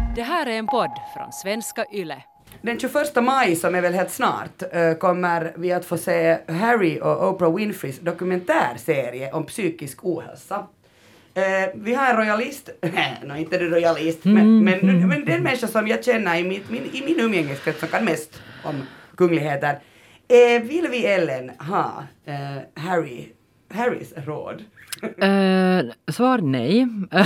Det här är en podd från Svenska Yle. Den 21 maj, som är väl helt snart, kommer vi att få se Harry och Oprah Winfreys dokumentärserie om psykisk ohälsa. Vi har en royalist, inte en royalist, men den människa som jag känner i min umgängeskrets som kan mest om kungligheter. Vill vi Ellen ha Harrys råd? Svar nej.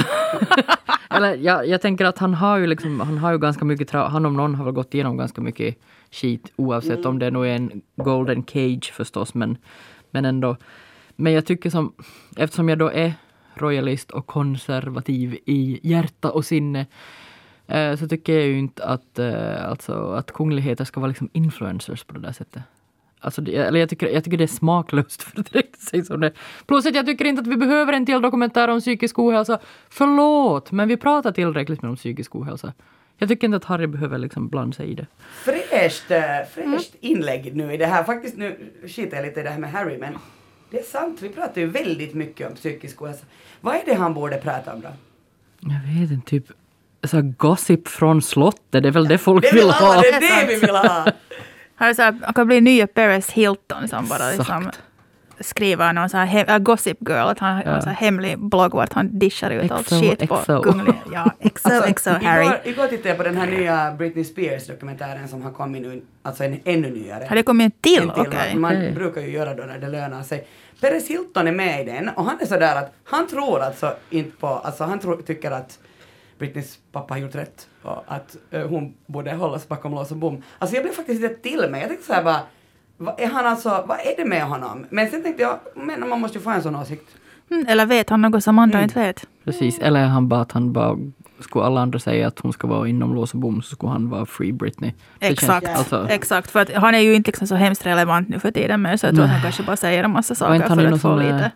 Eller jag tänker att han har ju ganska mycket han om någon har väl gått igenom ganska mycket skit oavsett om det nog är en golden cage förstås, men ändå. Men jag tycker eftersom jag då är royalist och konservativ i hjärta och sinne, så tycker jag ju inte att kungligheter ska vara liksom influencers på det där sättet. Alltså, jag tycker det är smaklöst för att direkt säga som det. Plus att jag tycker inte att vi behöver en till dokumentär om psykisk ohälsa. Förlåt, men vi pratar tillräckligt med om psykisk ohälsa. Jag tycker inte att Harry behöver liksom blanda sig i det. Fräscht inlägg nu i det här. Faktiskt nu skiter jag lite i det här med Harry, men det är sant. Vi pratar ju väldigt mycket om psykisk ohälsa. Vad är det han borde prata om då? Jag vet inte, typ så gossip från slottet. Det är väl det folk vill ha. Det är det vi vill ha. Han kan bli nya Paris Hilton som bara liksom skriver någon så här Gossip Girl, att han har en så här hemlig blogg vart han dishar ut allt shit på kungliga. Ja, XO Harry. Igår tittade jag på den här nya Britney Spears dokumentären som har kommit nu, alltså en ännu nyare. Har det kommit en till? Okej. Man brukar ju göra då när det lönar sig. Paris Hilton är med i den och han är sådär att han tror alltså inte på, alltså han tycker att Britneys pappa har gjort rätt och att hon borde hållas bakom lås och bom. Alltså jag blev faktiskt lite till mig. Jag tänkte såhär bara, vad är det med honom? Men sen tänkte jag, men man måste ju få en sån åsikt. Eller vet han något som andra inte vet? Precis, eller han bara skulle alla andra säga att hon ska vara inom lås och bom, så skulle han vara Free Britney. Exakt, för att han är ju inte liksom så hemskt relevant nu för tiden, men så jag tror att han kanske bara säger en massa saker för att få lite.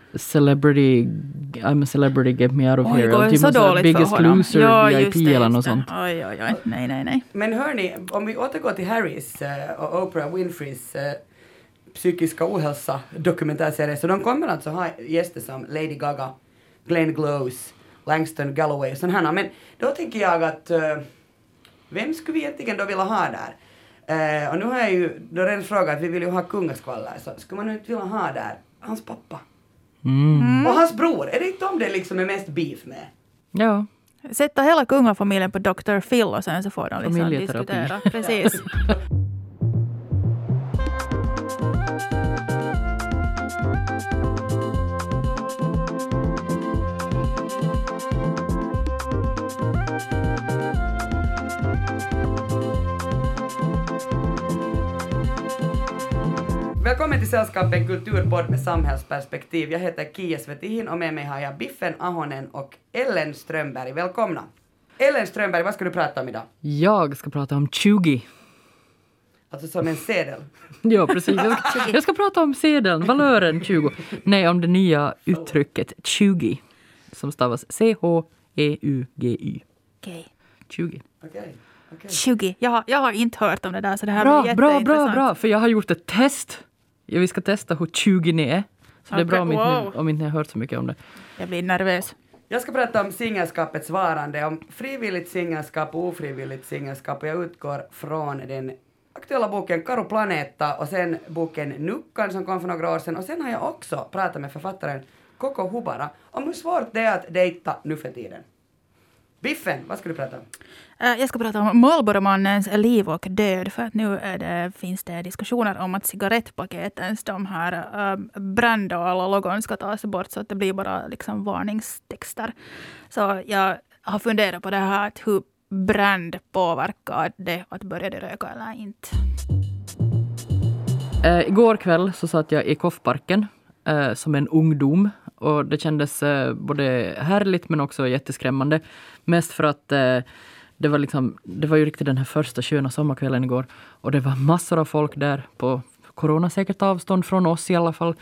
I'm a celebrity, get me out of here. Det går så dåligt Biggest för honom. Loser, ja, VIP eller något sånt. Oj. Nej. Men hörni, om vi återgår till Harrys och Oprah Winfreys psykiska ohälsa dokumentärserie, så de kommer alltså ha gäster som Lady Gaga, Glenn Close, Langston Galloway och sådana här. Men då tänker jag att vem skulle vi egentligen då vilja ha där? Och nu har jag ju då redan frågat att vi vill ju ha kungaskvaller, så skulle man nu inte vilja ha där hans pappa? Och hans bror, är det inte om det liksom är mest beef med? Ja. Sätta hela kungafamiljen på Dr. Phil och sen så får de liksom diskutera. Precis. Välkommen till Sällskapen kulturpodd med samhällsperspektiv. Jag heter Kia Svetihin och med mig har jag Biffen Ahonen och Ellen Strömberg. Välkomna. Ellen Strömberg, vad ska du prata om idag? Jag ska prata om 20. Alltså som en sedel. Ja, precis. Jag ska prata om sedeln, valören 20. Nej, om det nya uttrycket 20. Som stavas C-H-E-U-G-Y. Okej. 20. Okej. 20. Jag har inte hört om det där, så det här blir jätteintressant. Bra. För jag har gjort ett test. Vi ska testa hur 20 ni är. Så det är bra om inte ni har hört så mycket om det. Jag blir nervös. Jag ska prata om singelskapets varande, om frivilligt singelskap och ofrivilligt singelskap. Och jag utgår från den aktuella boken Karu Planeta och sen boken Nuckan som kom för några år sedan. Och sen har jag också pratat med författaren Koko Hubara om hur svårt det är att dejta nu för tiden. Biffen, vad ska du prata om? Jag ska prata om Marlboro-mannens liv och död, för att nu finns det diskussioner om att cigarettpaketens de här brand och alla logon ska tas bort, så att det blir bara liksom varningstexter. Så jag har funderat på det här, att hur brand påverkar det att börja röka eller inte. Igår kväll så satt jag i Koffparken som en ungdom. Och det kändes både härligt men också jätteskrämmande. Mest för att det var ju riktigt den här första sköna sommarkvällen igår. Och det var massor av folk där på coronasäkert avstånd från oss i alla fall.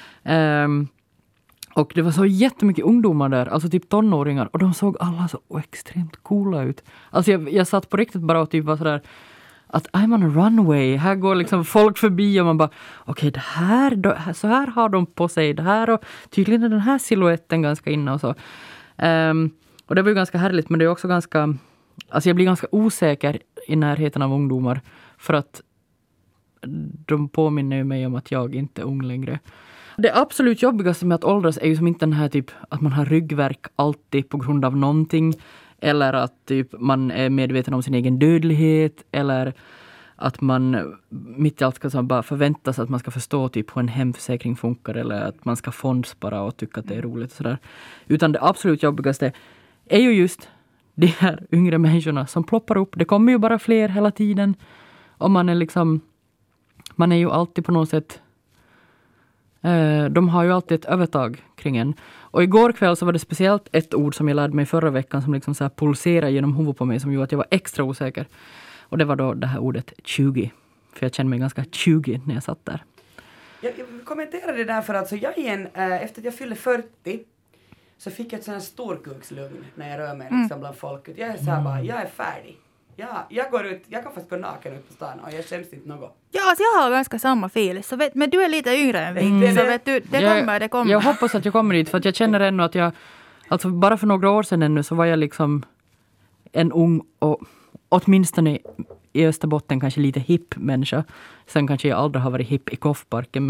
Och det var så jättemycket ungdomar där, alltså typ tonåringar. Och de såg alla så extremt coola ut. Alltså jag satt på riktigt bara och typ var sådär att I'm on a runway. Här går liksom folk förbi och man bara okej, det här, så här har de på sig det här, och tydligen är den här siluetten ganska inne och så. Och det var ju ganska härligt, men det är också ganska Alltså jag blir ganska osäker i närheten av ungdomar. För att de påminner ju mig om att jag inte är ung längre. Det absolut jobbigaste med att åldras är ju som inte den här typ att man har ryggvärk alltid på grund av någonting. Eller att typ man är medveten om sin egen dödlighet. Eller att man mitt i allt ska bara förväntas att man ska förstå typ hur en hemförsäkring funkar. Eller att man ska fondspara och tycka att det är roligt och sådär. Utan det absolut jobbigaste är ju just de här yngre människorna som ploppar upp. Det kommer ju bara fler hela tiden. Och man är liksom... Man är ju alltid på något sätt... de har ju alltid ett övertag kring en. Och igår kväll så var det speciellt ett ord som jag lärde mig förra veckan som liksom så här pulserade genom huvudet på mig som gjorde att jag var extra osäker. Och det var då det här ordet 20. För jag kände mig ganska 20 när jag satt där. Jag kommenterade det där för att så jag igen, efter att jag fyllde 40 så fick jag ett sån här storkukslugn när jag rör mig liksom bland folket. Jag är så här bara, jag är färdig. Jag går ut, jag kan fast gå naken ut på stan och jag känns inte något. Ja, alltså jag har ganska samma fil. Så men du är lite yngre än vi. Så vet du, det kommer. Jag hoppas att jag kommer dit för att jag känner ännu att jag... Alltså bara för några år sedan ännu så var jag liksom en ung och åtminstone i Österbotten kanske lite hipp människa. Sen kanske jag aldrig har varit hipp i Koffparken.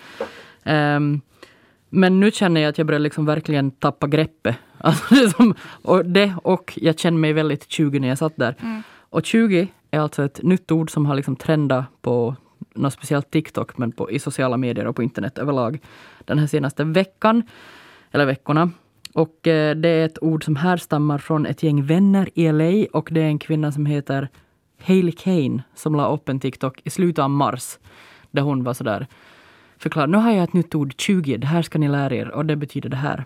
Men nu känner jag att jag börjar liksom verkligen tappa greppet. Alltså och jag känner mig väldigt 20 när jag satt där. Och 20 är alltså ett nytt ord som har liksom trendat på något speciellt TikTok men i sociala medier och på internet överlag den här senaste veckan eller veckorna. Och det är ett ord som härstammar från ett gäng vänner i LA och det är en kvinna som heter Hailey Kane som la upp en TikTok i slutet av mars där hon var sådär förklar, nu har jag ett nytt ord 20, det här ska ni lära er och det betyder det här.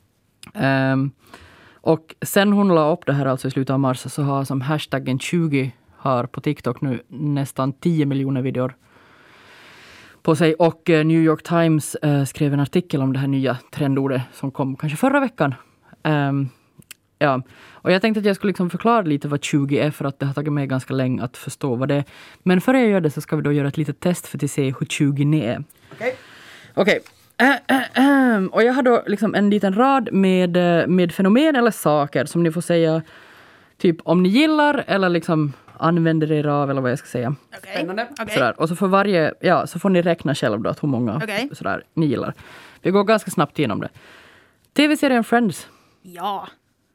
Och sen hon la upp det här alltså i slutet av mars så har som hashtaggen 20 har på TikTok nu nästan 10 miljoner videor på sig. Och New York Times skrev en artikel om det här nya trendordet som kom kanske förra veckan. Ja. Och jag tänkte att jag skulle liksom förklara lite vad 20 är för att det har tagit mig ganska länge att förstå vad det är. Men före jag gör det så ska vi då göra ett litet test för att se hur 20 ni är. Okej. Och jag har då liksom en liten rad med fenomen eller saker som ni får säga typ om ni gillar eller liksom använder er av eller vad jag ska säga. Spännande. Sådär. Och så för varje, så får ni räkna själv då att hur många sådär, ni gillar. Vi går ganska snabbt igenom det. TV-serien Friends. Ja.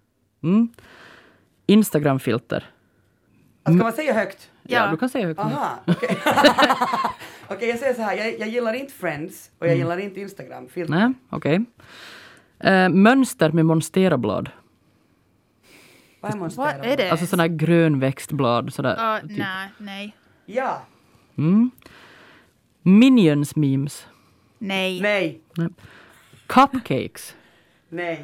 Instagram-filter. Ska man säga högt? Ja, du kan säga högt. Aha, okej. Okej, jag säger så här. Jag gillar inte Friends och jag gillar inte Instagram-filter. Nej, okej. Mönster med monsterablad. Vad är monstera? Vad är det? Alltså sådana här grönväxtblad. Sådär, typ. Nej. Ja. Minions-memes. Nej. Cupcakes. Nej.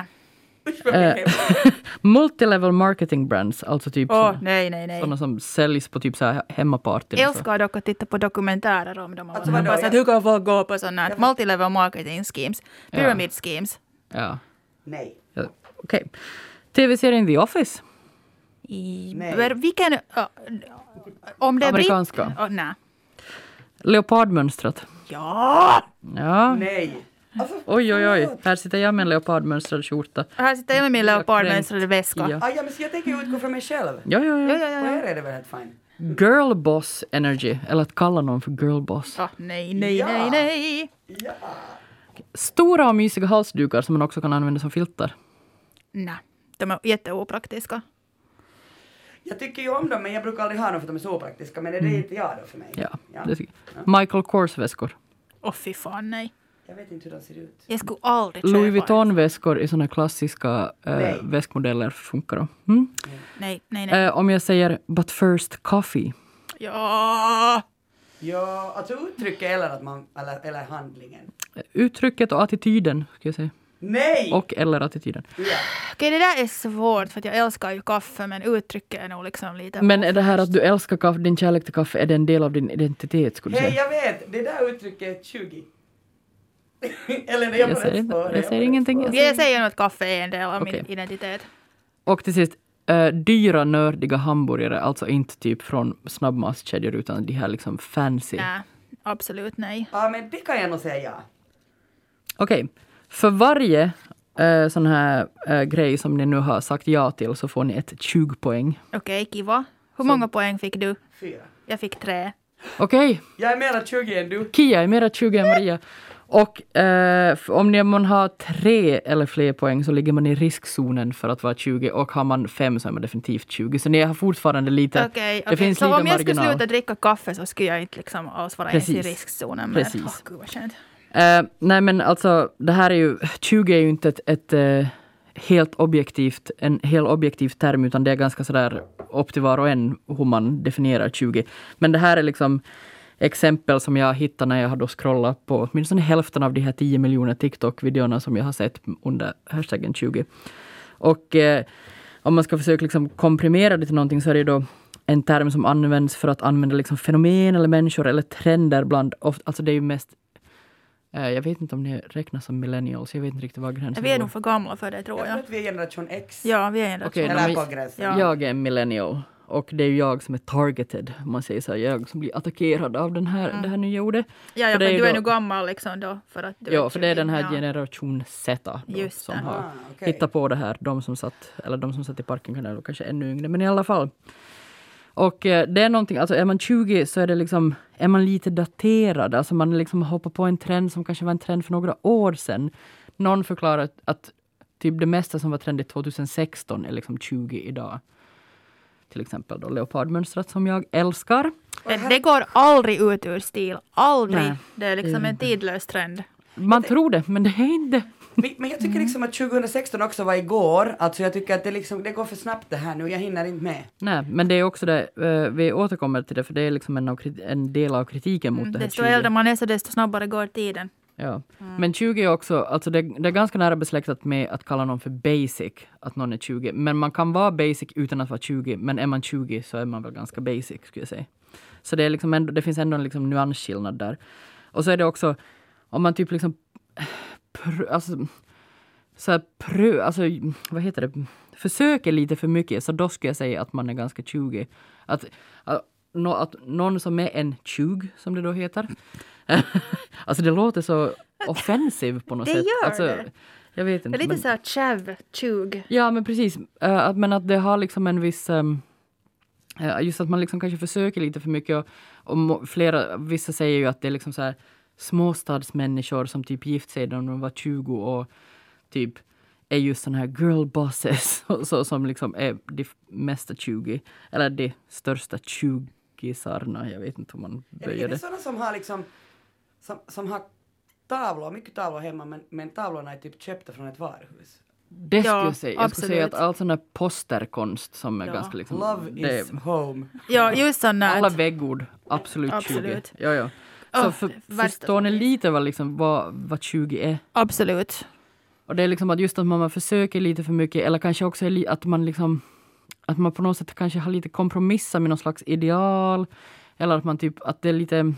Multilevel marketing brands. Alltså typ nej. sådana som säljs på typ så här hemmapartyn. Jag älskar dock att titta på dokumentärer om dem. Alltså, hur kan folk gå på sådana här multilevel marketing schemes? Pyramid schemes. Ja. Nej. Okej. TV-serien The Office. Nej. Vilken... om det är amerikanska. Nej. Leopardmönstrat. Ja! Nej. Alltså, Oj. Här sitter jag med en leopardmönstrad skjorta. Här sitter jag med min leopardmönstrade väska. Ja. men så jag tänker utgå från mig själv. Ja. På er är det väl helt fine. Girl boss energy. Eller att kalla någon för girl boss. Nej. Ja. Stora och mysiga halsdukar som man också kan använda som filtar. Nej, de är jätteopraktiska. Jag tycker ju om dem, men jag brukar aldrig ha dem för att de är så praktiska. Men är det inte jag då för mig? Ja. Det tycker jag. Michael Kors-väskor. Fy fan, nej. Jag vet inte hur de ser ut. Jag skulle aldrig köpa Louis Vuitton-väskor i sådana klassiska väskmodeller funkar då. Nej. Om jag säger but first coffee. Ja, alltså uttrycket eller att man eller handlingen. Uttrycket och attityden ska jag säga. Nej! Och eller attityden. Ja. Okej, det där är svårt för att jag älskar ju kaffe men uttrycket är nog liksom lite... Men är det här att du älskar kaffe, din kärlek till kaffe, är det en del av din identitet skulle du säga? Jag vet! Det där uttrycket är 20. Eller det är på rätt spår. Jag säger ingenting. Jag säger nog att kaffe är en del av Okej. min identitet. Och till sist, dyra nördiga hamburgare, alltså inte typ från snabbmatskedjor utan de här liksom fancy. Nej, absolut nej. Ja, men det kan jag nog säga ja. Okej. För varje sån här grej som ni nu har sagt ja till så får ni ett 20 poäng. Okej, kiva. Hur många poäng fick du? 4. Jag fick 3. Okej, Jag är mera 20 än du. Kia är mera 20 än Maria. Och om man har 3 eller fler poäng så ligger man i riskzonen för att vara 20. Och har man 5 så är man definitivt 20. Så ni har fortfarande lite... Okej. Det finns så lite om jag skulle marginal. sluta dricka kaffe så skulle jag inte liksom alls vara ens i riskzonen. Men, Precis. Gud vad skönt. Nej men alltså det här är ju 20 är ju inte ett helt objektivt, en helt objektiv term utan det är ganska sådär upp till var och en hur man definierar 20. Men det här är liksom exempel som jag hittade när jag hade scrollat på åtminstone hälften av de här 10 miljoner TikTok-videorna som jag har sett under hashtaggen 20. Och om man ska försöka liksom komprimera det till någonting så är det då en term som används för att använda liksom fenomen eller människor eller trender bland, alltså det är ju mest jag vet inte om ni räknas som millennials. Jag vet inte riktigt vad gränsen Vi är nog för gamla för det, tror Jag tror jag. att vi är generation X. Ja, vi är en Okej, Eller på gränsen. Ja. Jag är en millennial. Och det är ju jag som är targeted. Om man säger så här, jag som blir attackerad av det här nya ordet. Ja, För för det är du ju är då- nu gammal liksom då. För att du Ja, för det är den här ja. generation Z då, Just som det. har okej. hittat på det här. De som satt i parken kan det kanske ännu yngre. Men i alla fall. Och det är någonting, alltså är man 20 så är det liksom, är man lite daterad. Alltså man liksom hoppar på en trend som kanske var en trend för några år sedan. Någon förklarar att typ det mesta som var trendigt 2016 är liksom 20 idag. Till exempel då leopardmönstrat som jag älskar. Det går aldrig ut ur stil. Aldrig. Nej. Det är liksom en tidlös trend. Man tror det, men det är inte. Men jag tycker liksom att 2016 också var igår. Alltså jag tycker att det går för snabbt det här nu. Jag hinner inte med. Nej, men det är också det, vi återkommer till det, för det är liksom en del av kritiken mot det här Desto 20. äldre man är så desto snabbare går tiden. Ja. Men 20 är också, alltså det är ganska nära besläktat med att kalla någon för basic, att någon är 20. Men man kan vara basic utan att vara 20, men är man 20 så är man väl ganska basic, skulle jag säga. Så det är liksom ändå, det finns ändå en liksom nyansskillnad där. Och så är det också, om man typ liksom försöker lite för mycket, så då skulle jag säga att man är ganska 20. Att någon som är en 20, som det då heter. Alltså det låter så offensiv på något Det sätt. gör alltså, det. Jag vet Det inte. är lite Men, så här tjav, 20. ja, men precis. Men att det har liksom en viss... just att man liksom kanske försöker lite för mycket. Och vissa säger ju att det är liksom så här småstadsmänniskor som typ gift sig när de var 20 och typ är just såna här girl bosses så, som liksom är de mesta 20 eller de största 20-sarna. Jag vet inte hur man Är böjer det det. sådana som har liksom som har tavlor, mycket tavlor hemma men tavlorna är typ köpta från ett varuhus? Det skulle Ja, jag säga. Jag skulle säga att absolut. all sån här posterkonst som är ganska liksom... Love det, is home. Ja, just sån där. alla väggord, absolut 20. Absolut. Ja. Så värsta förstår ni som lite vad 20 är? Absolut. Och det är liksom att just att man försöker lite för mycket, eller kanske också att man liksom, att man på något sätt kanske har lite kompromissar med någon slags ideal, eller att man typ, att det är lite,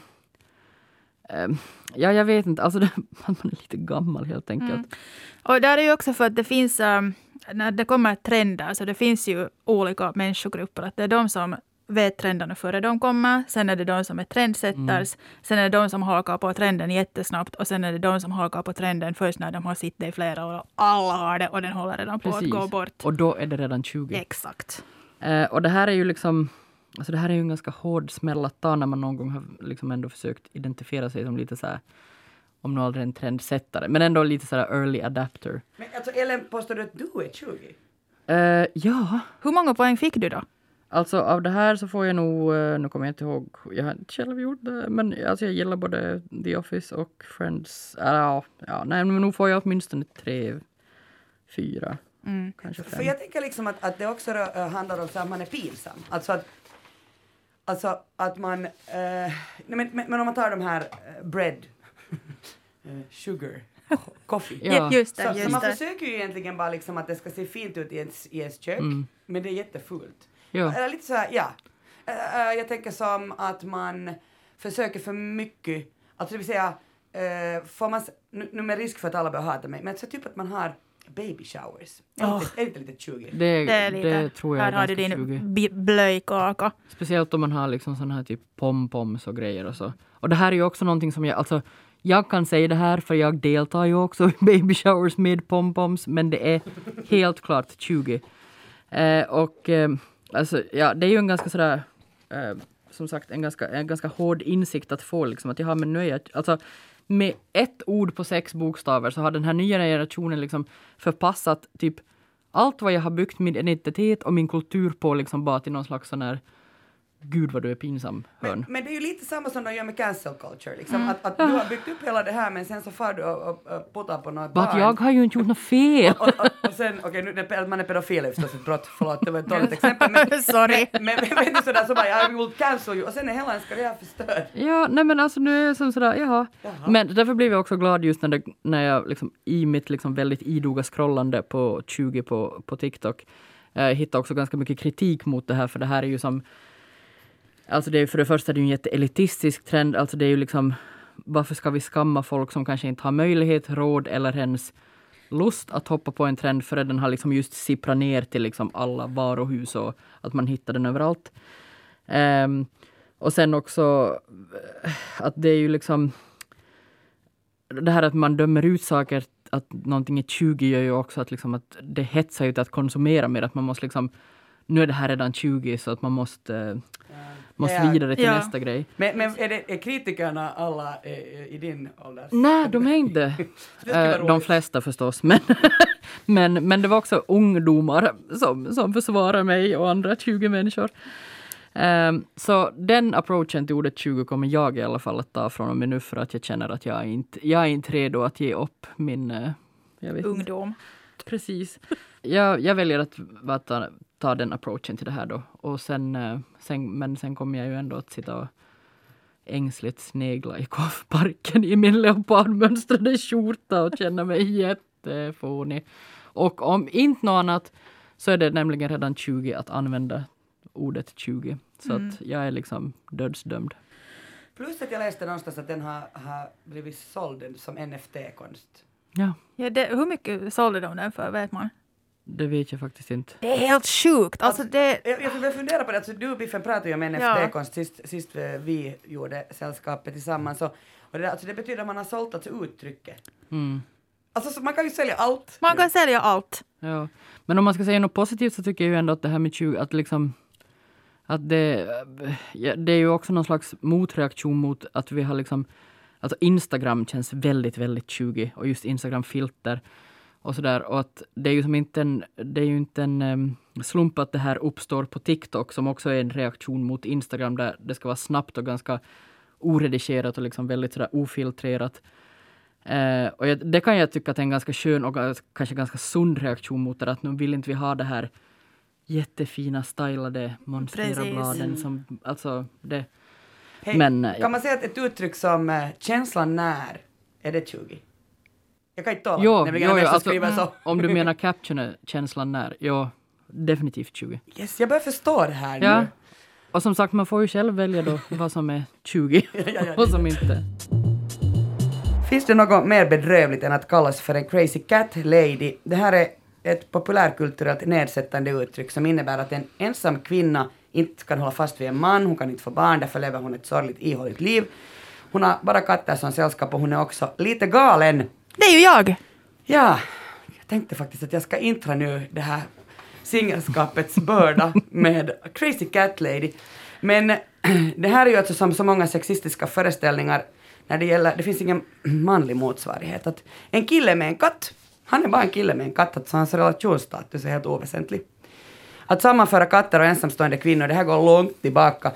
ja jag vet inte, alltså att man är lite gammal helt enkelt. Och där är ju också för att det finns, när det kommer trender, så det finns ju olika människogrupper. Att det är de som vet trenderna före de kommer. Sen är det de som är trendsetters. Sen är det de som hakar på trenden jättesnabbt. Och sen är det de som hakar på trenden först när de har sitt det i flera år. Och alla har det och den håller redan på att gå bort. Och då är det redan 20. Exakt. Och det här är ju liksom, alltså det här är ju en ganska hård smäll att ta när man någon gång har liksom ändå försökt identifiera sig som lite så här, om någon aldrig en trendsättare, men ändå lite så här early adapter. Men alltså Ellen, påstår du att du är 20? Ja, Hur många poäng fick du då? alltså av det här så får jag nog, nu kommer jag inte ihåg, jag har inte själv gjort det, men alltså jag gillar både The Office och Friends. Nej, men nog får jag åtminstone 3, 4, kanske 5. För jag tänker liksom att det också handlar om så att man är pinsam. Alltså att man, men om man tar de här bread, sugar, coffee. Ja. Just det, Så just man det. försöker ju egentligen bara liksom att det ska se fint ut i ens kök, men det är jättefult. Ja. Eller lite så här, ja. Jag tänker som att man försöker för mycket, alltså det vill säga, får man, nu med risk för att alla börjar hata mig, men så typ att man har baby showers. Är det lite 20? Det är lite. Det tror jag Här är har du ganska din 20. blöjkaka. Speciellt om man har liksom sån här typ pom-poms och grejer och så. Och det här är ju också någonting som jag jag kan säga det här för jag deltar ju också i baby showers med pompoms, men det är helt klart 20. Alltså, ja, det är ju en ganska sådär, som sagt, en ganska hård insikt att få liksom, att jag har med nu alltså med ett ord på 6 bokstäver så har den här nya generationen liksom förpassat typ allt vad jag har byggt min identitet och min kultur på liksom bara till någon slags sån här gud vad du är pinsam hörn. Men det är ju lite samma som de gör med cancel culture. Liksom. Att du har byggt upp hela det här men sen så far du och puttar på några barn. Jag har ju inte gjort något fel. och sen, nu man är pedofil är förstås ett brott. Förlåt, det var ett dåligt exempel. Men, Sorry. Men vet du sådär så bara, jag vill cancel you. Och sen är hela ens karriär förstörd. Ja, nej men alltså nu är jag som sådär, jaha. Men därför blev jag också glad just när jag liksom, i mitt liksom väldigt idoga scrollande på 20 på TikTok hittade också ganska mycket kritik mot det här. För det här är ju som alltså det är för det första det är en jätteelitistisk trend. Alltså det är ju liksom, varför ska vi skamma folk som kanske inte har möjlighet, råd eller ens lust att hoppa på en trend för den har liksom just sipprat ner till liksom alla varuhus och att man hittar den överallt. Och sen också att det är ju liksom det här att man dömer ut saker att någonting är 20 gör ju också att, liksom att det hetsar ut att konsumera mer. Att man måste liksom, nu är det här redan 20 så att man måste vidare till nästa grej. Men är kritikerna alla i din ålder? Nej, de är inte. De flesta förstås. Men det var också ungdomar som försvarar mig och andra 20 människor. Så den approachen till ordet 20 kommer jag i alla fall att ta från och med nu för att jag känner att jag är inte redo att ge upp min ungdom. Precis. Jag väljer att ta den approachen till det här då. Och sen kommer jag ju ändå att sitta och ängsligt snegla i korvparken i min leopardmönstrade skjorta och känna mig jättefånig. Och om inte något annat så är det nämligen redan 20 att använda ordet 20. Så att jag är liksom dödsdömd. Plus att jag läste någonstans att den har blivit såld som NFT-konst. Ja. Hur mycket sålde de den för, vet man? Det vet jag faktiskt inte. Det är helt sjukt. Alltså det... Jag funderar på det. Alltså, du och Biffen pratade ju om NFT-konst sist vi gjorde sällskapet tillsammans. Och det betyder att man har sålt alltså uttrycket. Mm. Alltså man kan ju sälja allt. Man kan sälja allt. Ja. Men om man ska säga något positivt så tycker jag ju ändå att det här med 20, att liksom att det är ju också någon slags motreaktion mot att vi har liksom, alltså Instagram känns väldigt, väldigt 20 och just Instagram-filter och sådär. Och att det är ju som inte en slump att det här uppstår på TikTok som också är en reaktion mot Instagram där det ska vara snabbt och ganska oredigerat och liksom väldigt sådär ofiltrerat. Och det kan jag tycka att är en ganska skön och kanske ganska sund reaktion mot det, att nu vill inte vi ha det här jättefina stylade monstera-bladen som, alltså det. Hej, men kan man säga att ett uttryck som känslan när är det 20? Jag kan inte tala. Jo, alltså, så. Om du menar captionen känslan när, ja, definitivt 20. Yes, jag börjar förstå det här ja. nu. Och som sagt, man får ju själv välja då vad som är 20 och som inte. Finns det något mer bedrövligt än att kallas för en crazy cat lady? Det här är ett populärkulturellt nedsättande uttryck som innebär att en ensam kvinna inte kan hålla fast vid en man, hon kan inte få barn, därför lever hon ett sorgligt ihålligt liv. Hon har bara katter som sällskap och hon är också lite galen. Det är ju jag! Ja, jag tänkte faktiskt att jag ska intra nu det här singelskapets börda med crazy cat lady. Men det här är ju alltså som så många sexistiska föreställningar när det gäller, det finns ingen manlig motsvarighet. Att en kille med en katt, han är bara en kille med en katt, att hans relationsstatus är helt oväsentlig. Att sammanföra katter och ensamstående kvinnor, det här går långt tillbaka.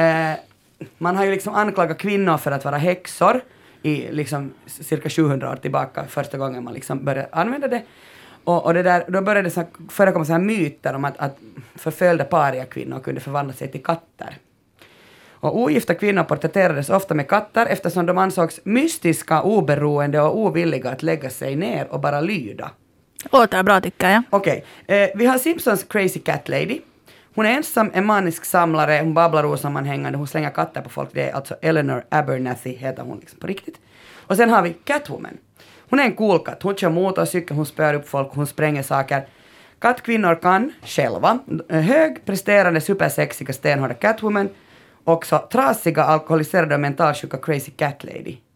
Man har ju liksom anklagat kvinnor för att vara häxor i liksom cirka 700 år tillbaka, första gången man liksom började använda det. Och det där, då började det förekomma så här myter om att förföljda paria-kvinnor kunde förvandla sig till katter. Och ogifta kvinnor porträtterades ofta med katter eftersom de ansågs mystiska, oberoende och ovilliga att lägga sig ner och bara lyda. Låter bra tycker jag. Okej, vi har Simpsons Crazy Cat Lady. Hon är ensam, en manisk samlare, hon babblar osammanhängande, hon slänger katter på folk. Det är alltså Eleanor Abernathy heter hon liksom på riktigt. Och sen har vi Catwoman. Hon är en cool katt, hon kör motorcykel, hon spör upp folk, hon spränger saker. Kattkvinnor kan själva, hög, presterande, supersexiga, stenhårda Catwoman, också trasiga, alkoholiserade och mentalsjuka Crazy Cat Lady.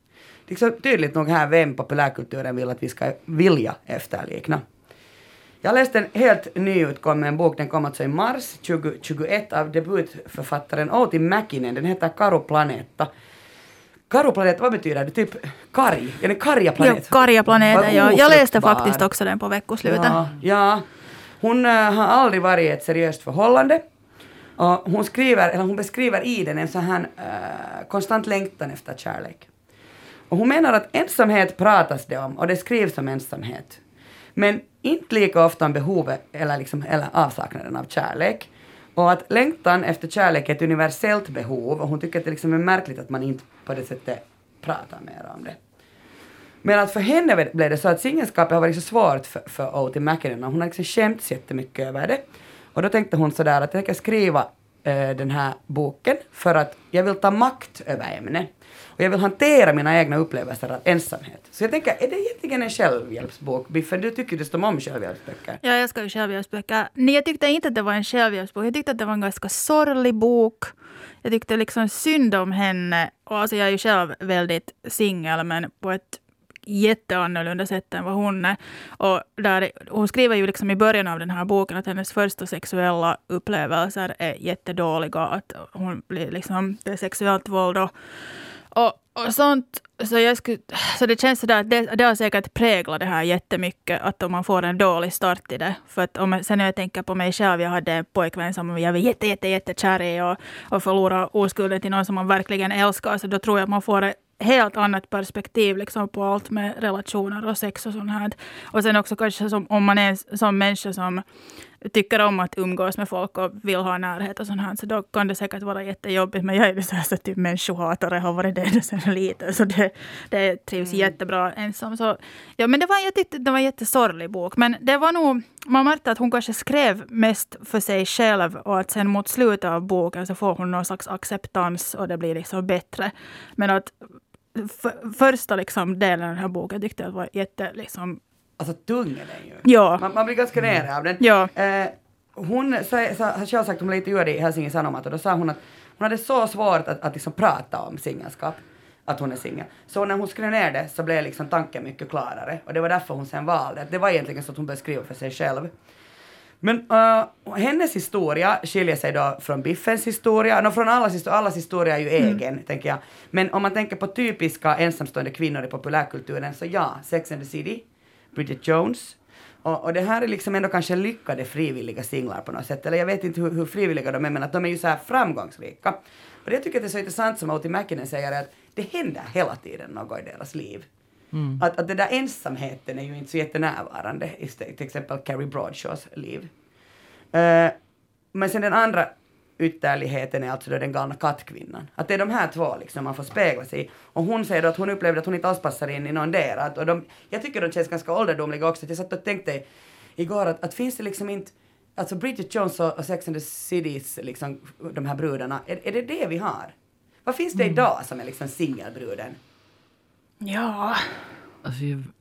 liksom tydligt nog här vem populärkulturen vill att vi ska vilja efterlikna. Jag läste en helt nyutkommen bok, den kom alltså i mars 2021 av debutförfattaren Outi Mäkinen, den heter Karuplanetta. Karuplaneta, vad betyder det? Typ karg? Är det karjaplanet? Ja, karjaplaneten, ja. Jag läste faktiskt också den på veckoslutet. Ja. Hon har aldrig varit i ett seriöst förhållande. Och hon beskriver i den en sån här konstant längtan efter kärlek. Och hon menar att ensamhet pratas det om och det skrivs om ensamhet. Men inte lika ofta om behovet eller avsaknaden av kärlek. Och att längtan efter kärlek är ett universellt behov och hon tycker att det liksom är märkligt att man inte på det sättet pratar mer om det. Men att för henne blev det så att singelskapet har varit så svårt för Outi Mäkinen och hon har liksom skämts jättemycket över det. Och då tänkte hon sådär att jag kan skriva den här boken för att jag vill ta makt över ämnet. Och jag vill hantera mina egna upplevelser av ensamhet. Så jag tänker, är det egentligen en självhjälpsbok? Biffen, du tycker det om självhjälpsböcker. Ja, jag ska ju självhjälpsböcker. Nej, jag tyckte inte att det var en självhjälpsbok. Jag tyckte att det var en ganska sorglig bok. Jag tyckte liksom synd om henne. Och alltså jag är ju själv väldigt singel, men på ett jätteannorlunda sätt än vad hon är. Och hon skriver ju liksom i början av den här boken att hennes första sexuella upplevelser är jättedåliga. Att hon blir liksom, det är sexuellt våld och sånt. Så det känns sådär att det har säkert präglat det här jättemycket. Att om man får en dålig start i det. För att sen när jag tänker på mig själv, jag hade en pojkvän som jag var jättekär i och förlorade oskulden till någon som man verkligen älskar. Så då tror jag att man får ett helt annat perspektiv liksom på allt med relationer och sex och sånt här. Och sen också kanske om man är en sån människa som tycker om att umgås med folk och vill ha närhet och sånt här. Så då kan det säkert vara jättejobbigt. Men jag är ju så här typ människohatare, har varit det sen lite. Så det trivs jättebra ensam. Så, ja, men jag tyckte det var en jättesorglig bok. Men det var nog, man märkte att hon kanske skrev mest för sig själv. Och att sen mot slutet av boken så får hon någon slags acceptans och det blir liksom bättre. Men att första liksom delen av den här boken tyckte jag var jätte liksom. Alltså tung är den ju. Ja. Man blir ganska nere av den. Ja. Hon har själv sagt, hon blev intervjuad i Helsingin Sanomat och då sa hon att hon hade så svårt att liksom prata om singelskap, att hon är singel. Så när hon skrev ner det så blev liksom tanken mycket klarare och det var därför hon sen valde. Det var egentligen så att hon började skriva för sig själv. Men hennes historia skiljer sig då från Biffens historia. Från allas historia är ju egen, tänker jag. Men om man tänker på typiska ensamstående kvinnor i populärkulturen så ja, Sex and the City, Bridget Jones. Och det här är liksom ändå kanske lyckade frivilliga singlar på något sätt. Eller jag vet inte hur frivilliga de är, men att de är ju så här framgångsrika. Och det tycker jag är så intressant som Outi Mäkinen säger att det händer hela tiden något i deras liv. Att det där ensamheten är ju inte så jättenärvarande i till exempel Carrie Bradshaws liv. Men sen den andra ytterligheten är alltså då den galna kattkvinnan. Att det är de här två liksom man får spegla sig i. Och hon säger då att hon upplevde att hon inte alls passar in i någon där. Och jag tycker de känns ganska ålderdomliga också. Jag satt och tänkte igår att finns det liksom inte, alltså Bridget Jones och Sex and the Cities, liksom, de här brudarna, är det vi har? Vad finns det idag som är liksom singelbruden? Ja. Alltså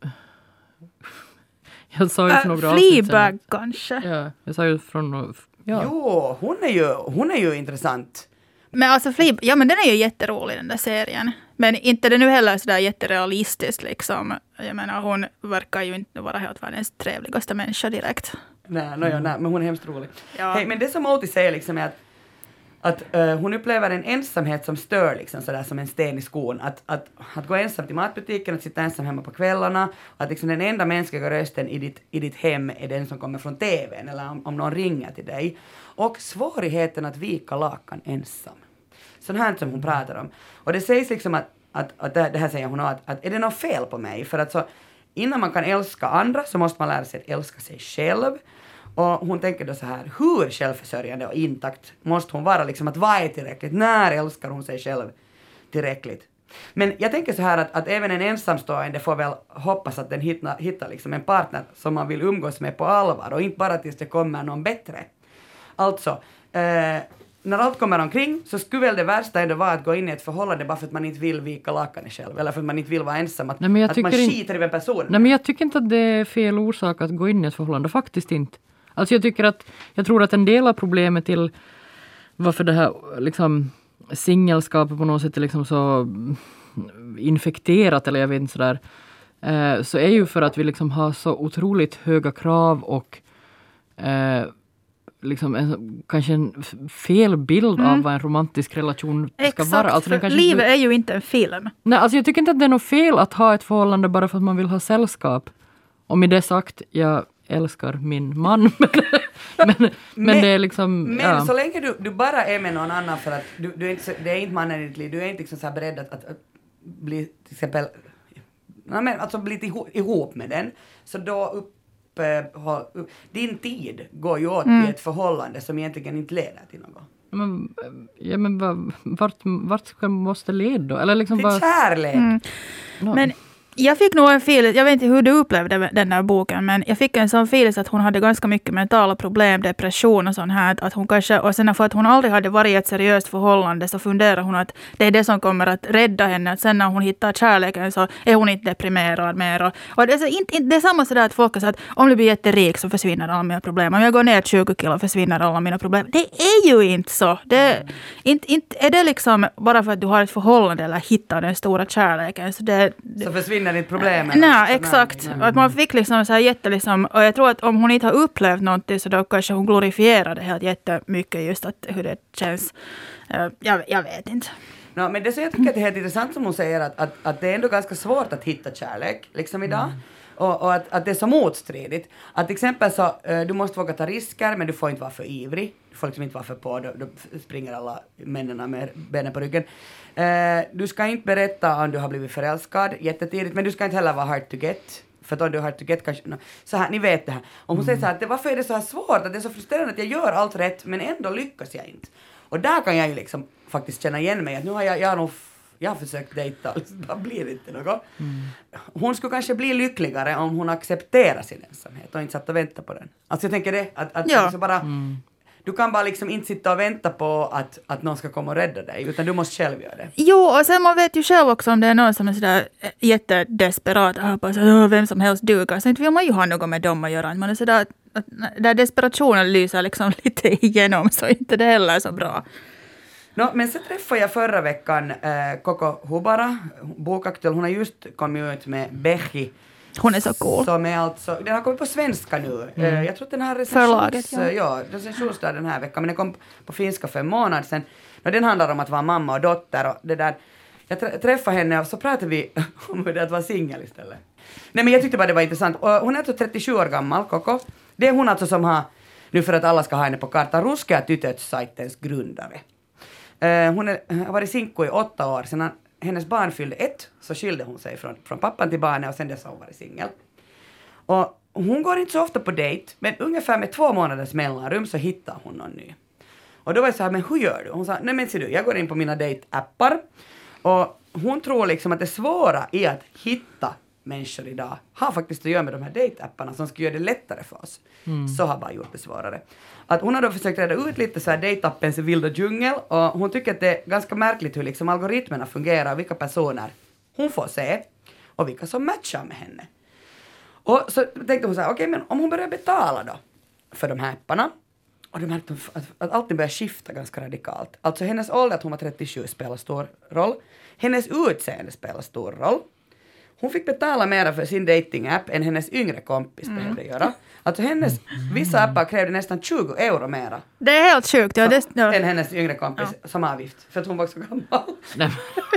jag sa ju för några avsnitt Fleabag kanske. Ja, jag sa ju från. Ja. Jo, hon är ju intressant. Men alltså men den är ju jätterolig den där serien. Men inte det nu heller sådär jätterealistiskt liksom. Jag menar hon verkar ju inte vara helt världens trevligaste människa direkt. Nej, men hon är hemskt rolig. Ja. Hey, men det som Outi säger liksom är att hon upplever en ensamhet som stör liksom sådär som en sten i skon. Att gå ensam till matbutiken, att sitta ensam hemma på kvällarna. Att liksom den enda mänskliga rösten i ditt hem är den som kommer från tvn eller om någon ringer till dig. Och svårigheten att vika lakan ensam. Sånt här som hon pratar om. Och det sägs liksom att det här säger hon att är det något fel på mig? För att så innan man kan älska andra så måste man lära sig att älska sig själv. Och hon tänker då så här, hur självförsörjande och intakt måste hon vara liksom, att vad är tillräckligt? När älskar hon sig själv tillräckligt? Men jag tänker så här att även en ensamstående får väl hoppas att den hittar liksom en partner som man vill umgås med på allvar och inte bara tills det kommer någon bättre. Alltså, när allt kommer omkring så skulle väl det värsta ändå vara att gå in i ett förhållande bara för att man inte vill vika lakanet själv eller för att man inte vill vara ensam. Att man skiter i en person. Nej, men jag tycker inte att det är fel orsak att gå in i ett förhållande, faktiskt inte. Alltså jag tror att en del av problemet till varför det här liksom singelskapet på något sätt är liksom så infekterat, eller jag vet inte sådär, så är ju för att vi liksom har så otroligt höga krav och liksom kanske en fel bild av vad en romantisk relation ska vara. Alltså för livet är ju inte en film. Nej, alltså jag tycker inte att det är något fel att ha ett förhållande bara för att man vill ha sällskap. Och med det sagt, jag älskar min man. men det är liksom... Men så länge du bara är med någon annan för att du är inte, det är inte mannen i ditt liv, du är inte liksom så här beredd att bli till exempel... alltså bli ihop med den. Så då din tid går ju åt i ett förhållande som egentligen inte leder till något. Men vart måste leda då? Eller liksom till kärlek. No. Men jag fick nog en feeling, jag vet inte hur du upplevde den där boken, men jag fick en sån feeling att hon hade ganska mycket mentala problem, depression och sånt här, att hon kanske, och sen för att hon aldrig hade varit i ett seriöst förhållande så funderar hon att det är det som kommer att rädda henne, att sen när hon hittar kärleken så är hon inte deprimerad mer. Och det är samma sådär att folk har sagt att om du blir jätterik så försvinner alla mina problem. Om jag går ner 20 kilo försvinner alla mina problem. Det är ju inte så. Inte är det liksom bara för att du har ett förhållande eller hittar den stora kärleken. Så försvinner ditt problem. Nej, exakt. Att man fick liksom så här och jag tror att om hon inte har upplevt någonting så då kanske hon glorifierar det helt jättemycket just att hur det känns. Jag vet inte. No, men det som jag tycker är helt intressant som hon säger att det är ändå ganska svårt att hitta kärlek liksom idag. Och att det är så motstridigt. Att till exempel så, du måste våga ta risker men du får inte vara för ivrig. Du får liksom inte vara för på, då springer alla männen med benen på ryggen. Du ska inte berätta om du har blivit förälskad jättetidigt, men du ska inte heller vara hard to get. För att om du är hard to get kanske, så här, ni vet det här. Och hon säger så här, att varför är det så här svårt? Att det är så frustrerande att jag gör allt rätt men ändå lyckas jag inte. Och där kan jag ju liksom faktiskt känna igen mig att nu har jag har försökt dejta och det blir inte något. Hon skulle kanske bli lyckligare om hon accepterar sin ensamhet och inte satt och vänta på den. Alltså jag tänker det, att liksom bara, du kan bara liksom inte sitta och vänta på att någon ska komma och rädda dig, utan du måste själv göra det. Jo, och sen man vet ju själv också om det är någon som är sådär jättedesperat och hoppas att vem som helst duger. Så inte vill man ju ha något med dem att göra. Man är sådär att där desperationen lyser liksom lite igenom, så inte det heller så bra. No, men så träffade jag förra veckan Koko Hubara, bokaktuell. Hon har just kommit ut med Bechi. Hon är så cool. Som är alltså, den har kommit på svenska nu. Jag tror att den här recensionsdag den här veckan, men den kom på finska för en månad sedan. Och den handlar om att vara mamma och dotter och det där. Jag träffade henne och så pratade vi om det att vara singel istället. Nej, men jag tyckte bara det var intressant. Och hon är alltså 37 år gammal, Koko. Det är hon alltså som har, nu för att alla ska ha henne på kartan, Ruskea tytöt-sajtens grundare. Hon har varit sinko i 8 år. Sen hennes barn fyllde 1 så skilde hon sig från pappan till barnet och sen dess har hon varit singel. Och hon går inte så ofta på dejt, men ungefär med 2 månaders mellanrum så hittar hon någon ny. Och då var jag så här, men hur gör du? Hon sa, nej men ser du, jag går in på mina dejtappar och hon tror liksom att det svåra i att hitta människor idag har faktiskt att göra med de här dejtapparna som ska göra det lättare för oss. Så har bara gjort det svårare. Att hon har då försökt reda ut lite så här dejtappens vilda djungel och hon tycker att det är ganska märkligt hur liksom algoritmerna fungerar, vilka personer hon får se och vilka som matchar med henne. Och så tänkte hon så här, okej, men om hon börjar betala då för de här apparna och de märkte att allting börjar skifta ganska radikalt. Alltså hennes ålder, att hon var 37, spelar stor roll. Hennes utseende spelar stor roll. Hon fick betala mer för sin dating-app än hennes yngre kompis behövde göra. Alltså vissa appar krävde nästan 20 euro mera. Det är helt sjukt. Än hennes yngre kompis som avgift. För att hon var så gammal.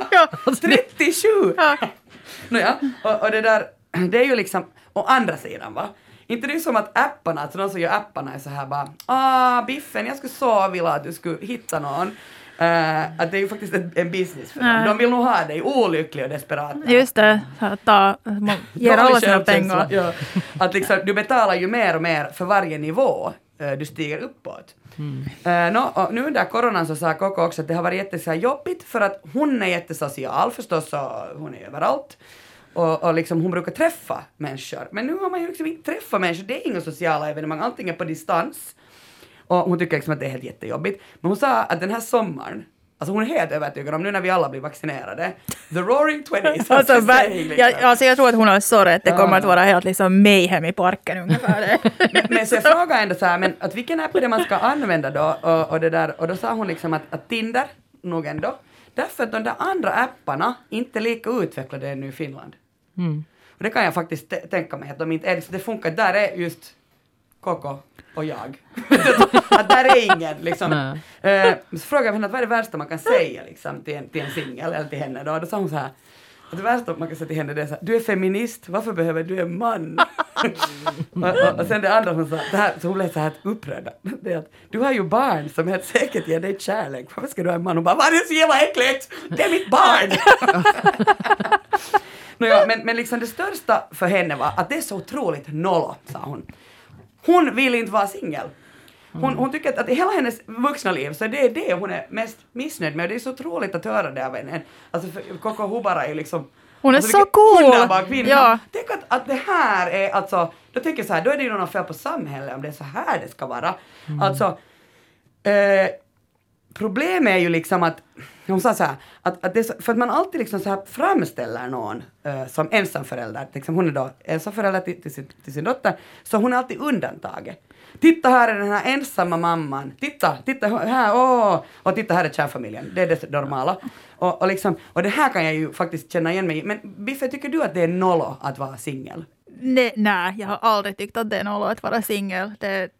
37! Nåja, och det där, det är ju liksom, å andra sidan va. Inte det är som att apparna, alltså de som gör apparna är så här bara, Biffen, jag skulle så vilja att du skulle hitta någon. Att det är ju faktiskt en business för dem. De vill nog ha dig olycklig och desperat. Just det, ger alla sina pengar. Ja. Att liksom, du betalar ju mer och mer för varje nivå du stiger uppåt. Och nu under coronan så sa Koko också att det har varit jättejobbigt för att hon är jättesocial förstås och hon är överallt. Och liksom hon brukar träffa människor. Men nu har man ju liksom inte träffat människor. Det är inga sociala evenemang, allting är på distans. Och hon tycker liksom att det är helt jättejobbigt. Men hon sa att den här sommaren, alltså hon är helt övertygad om nu när vi alla blir vaccinerade, the roaring 20s. Jag tror att hon har så rätt. Det kommer att vara helt liksom mayhem i parken ungefär. men så jag frågade ändå så här, men att vilken app är det man ska använda då? Och det där, och då sa hon liksom att Tinder nog ändå. Därför att de där andra apparna inte är lika utvecklade ännu i Finland. Och det kan jag faktiskt tänka mig att de inte är, det funkar, där är just Koko och jag. Att där är ingen liksom. Så frågade jag henne att vad är det värsta man kan säga liksom, till en singel eller till henne då. Och då sa hon så här, att det värsta man kan säga till henne det är så här, du är feminist, varför behöver du en man? och sen det andra hon sa, det här, så hon blev så här upprörd. Det är att, du har ju barn som helt säkert ger dig kärlek, varför ska du ha en man? Hon bara, vad är det så jävla äckligt? Det är mitt barn! Men liksom det största för henne var att det är så otroligt nollo, sa hon. Hon vill inte vara singel. Hon tycker att i hela hennes vuxna liv så är det hon är mest missnöjd med. Och det är så otroligt att höra det av henne. Alltså Koko Hubara är ju liksom... Hon är alltså, så cool! Underbar kvinna. Ja. Tänk att det här är alltså... Då tänker jag så här, då är det ju något fel på samhället om det är så här det ska vara. Alltså... Problemet är ju liksom att... Hon sa så här, att det är så, för att man alltid liksom så här framställer någon som ensamförälder. Liksom hon är då ensamförälder till sin dotter. Så hon är alltid undantaget. Titta, här är den här ensamma mamman. Titta här, och titta, här är kärnfamiljen. Det är det normala. Och det här kan jag ju faktiskt känna igen mig i. Men Biffe, tycker du att det är nollo att vara singel? Nej, jag har aldrig tyckt att det är nollo att vara singel.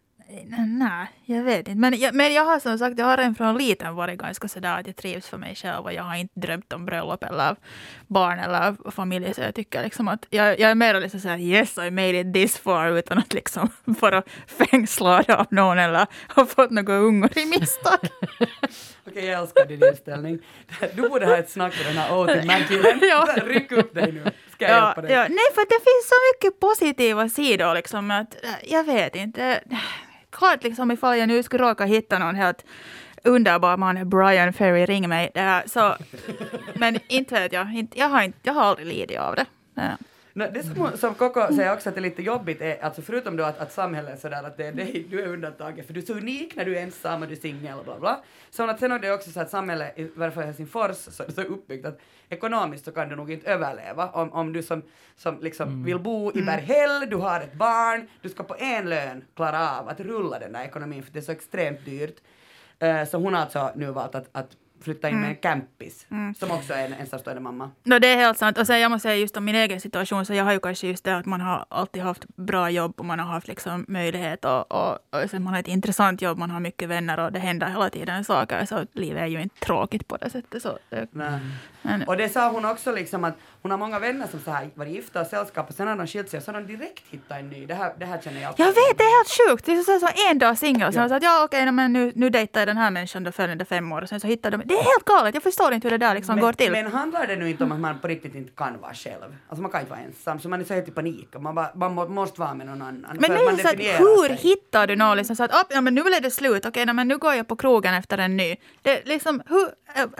Nej, jag vet inte. Men jag har som sagt, jag har redan från liten varit ganska sådär att jag trivs för mig själv och jag har inte drömt om bröllop eller barn eller familj. Så jag tycker liksom att jag är mer liksom såhär, yes I made it this far utan att liksom vara fängslad av någon eller ha fått några ungar i misstag. Okej, jag älskar din inställning. Du borde ha ett snack med den här Outing Man-killen. Ja. Ryck upp dig nu. Ska jag hjälpa dig? Ja. Nej, för det finns så mycket positiva sidor liksom att jag vet inte. Klart liksom ifall jag nu skulle råka hitta någon helt underbar man, Brian Ferry, ring mig. Så, men inte vet jag. Jag har aldrig lidit av det. Ja. Det som Koko säger också att det är lite jobbigt är, alltså förutom då att samhället är sådär att det är dig, du är undantagen för du är så unik när du är ensam och du är singel och bla bla. Så att sen är det också så att samhället, i varje fall i Helsingfors, så är det så uppbyggt att ekonomiskt så kan du nog inte överleva om du som liksom vill bo i Berghäll, du har ett barn, du ska på en lön klara av att rulla den där ekonomin för det är så extremt dyrt. Så hon har alltså nu valt att flytta in med en campis, som också är en ensamstående mamma. No, det är helt sant. Och sen jag måste säga just om min egen situation, så jag har ju kanske just det att man har alltid haft bra jobb och man har haft liksom möjlighet och sen man har ett intressant jobb, man har mycket vänner och det händer hela tiden saker, så livet är ju inte tråkigt på det sättet. Så men, och det sa hon också liksom att hon har många vänner som så här var gifta och sällskap och sen har de skilt sig och så har de direkt hittat en ny. Det här känner jag. Jag vet, det är helt sjukt. Det är så en dag singel och sen så att okej, men nu dejtar jag den här människan då följande 5 år och sen så hittar de. Det är helt galet. Jag förstår inte hur det där liksom går till. Men handlar det nu inte om att man på riktigt inte kan vara själv? Alltså man kan inte vara ensam, så man är så helt i panik. Man måste vara med någon annan. Men nu så att, hur hittar du någon liksom så att ja, men nu är det slut. Okej, men nu går jag på krogen efter en ny. Det liksom hur?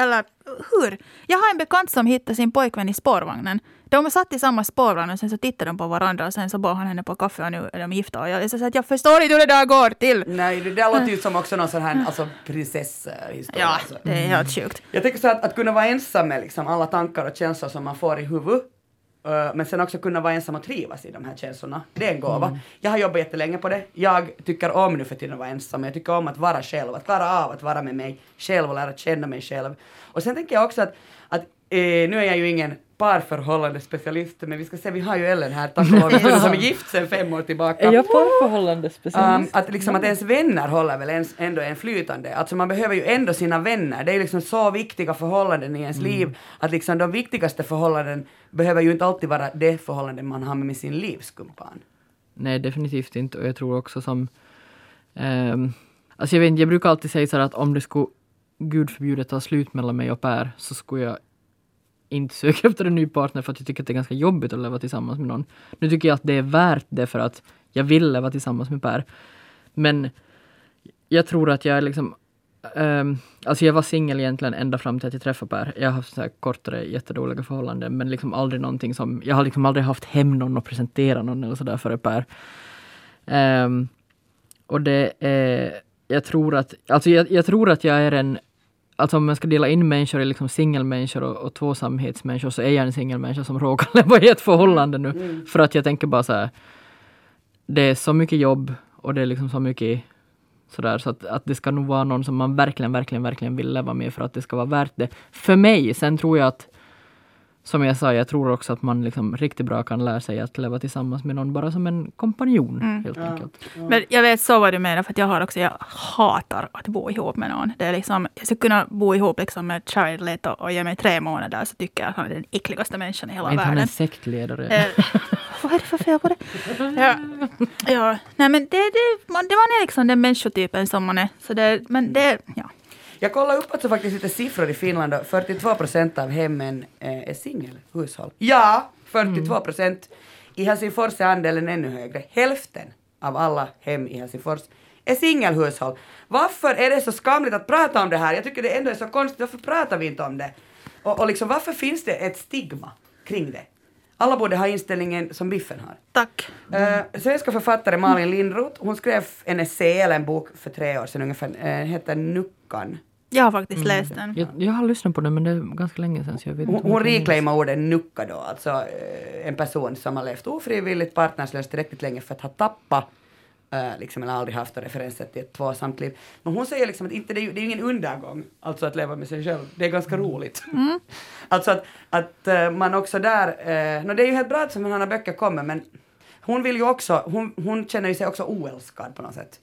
Jag har en bekant som hittade sin pojkvän i spårvagnen. De satt i samma spårvagn och sen så tittade de på varandra och sen så bad han henne på kaffe och nu är de gifta. Och jag sa att jag förstår inte hur det där går till. Nej, det där låter ju som också någon sån här alltså, prinsesshistoria. Ja, det är helt sjukt. Jag tänker så att kunna vara ensam med liksom alla tankar och känslor som man får i huvudet. Men sen också kunna vara ensam och trivas i de här känslorna. Det är en gåva. Jag har jobbat jättelänge på det. Jag tycker om nu för tiden att vara ensam. Jag tycker om att vara själv. Att klara av att vara med mig själv och lära känna mig själv. Och sen tänker jag också att nu är jag ju ingen parförhållande specialist, men vi ska se, vi har ju Ellen här, tack och lov, som är gift sedan 5 år tillbaka. Är jag parförhållande specialist? Att ens vänner håller väl ändå en flytande. Alltså man behöver ju ändå sina vänner. Det är liksom så viktiga förhållanden i ens liv, att liksom de viktigaste förhållanden behöver ju inte alltid vara det förhållanden man har med sin livskumpan. Nej, definitivt inte. Och jag tror också som... alltså jag brukar alltid säga så här att om det skulle, Gud förbjude, ta slut mellan mig och Per, så skulle jag inte söka efter en ny partner för att jag tycker att det är ganska jobbigt att leva tillsammans med någon. Nu tycker jag att det är värt det för att jag vill leva tillsammans med Per. Men jag tror att jag är liksom... alltså jag var singel egentligen ända fram till att jag träffade Per. Jag har haft så här kortare, jättedåliga förhållanden, men liksom aldrig någonting som... Jag har liksom aldrig haft hem någon och presentera någon eller sådär före Per. Och det är... Jag tror att jag är en... Alltså om man ska dela in människor i liksom singelmänniskor och tvåsamhetsmänniskor, så är jag en singelmänniska som råkar leva i ett förhållande nu. För att jag tänker bara så här, det är så mycket jobb och det är liksom så mycket Sådär, så att det ska nog vara någon som man verkligen vill leva med för att det ska vara värt det. För mig, sen tror jag att, som jag sa, jag tror också att man liksom riktigt bra kan lära sig att leva tillsammans med någon bara som en kompanjon, helt enkelt. Men jag vet så vad du menar, för att jag hatar att bo ihop med någon. Det är liksom, jag skulle kunna bo ihop liksom med Child och ge mig 3 månader, så tycker jag att han är den äckligaste människan i hela världen. Inte han en sektledare. Vad är det för fel på det? Ja. Nej, men det var liksom den människotypen som man är. Så ja. Jag kollar upp alltså faktiskt lite siffror i Finland och 42% av hemmen är singelhushåll. Ja, 42%. I Helsingfors är andelen ännu högre. Hälften av alla hem i Helsingfors är singelhushåll. Varför är det så skamligt att prata om det här? Jag tycker det ändå är så konstigt. Varför pratar vi inte om det? Och liksom, varför finns det ett stigma kring det? Alla borde ha inställningen som Biffen har. Tack. Svenska författare Malin Lindroth, hon skrev en essä eller en bok för 3 år sedan ungefär, heter Nuckan. Jag har faktiskt läst den. Jag har lyssnat på den, men det är ganska länge sedan. Så jag vet Hon reclaimar ordet nucka då, alltså en person som har levt ofrivilligt partnerslöst tillräckligt länge för att ha tappat liksom, eller aldrig haft referenser till ett tvåsamt liv. Men hon säger liksom att det är ju ingen undergång, alltså att leva med sig själv. Det är ganska roligt. Alltså att man också där, det är ju helt bra att som den här böcker kommer, men hon vill ju också, hon känner ju sig också oälskad på något sätt.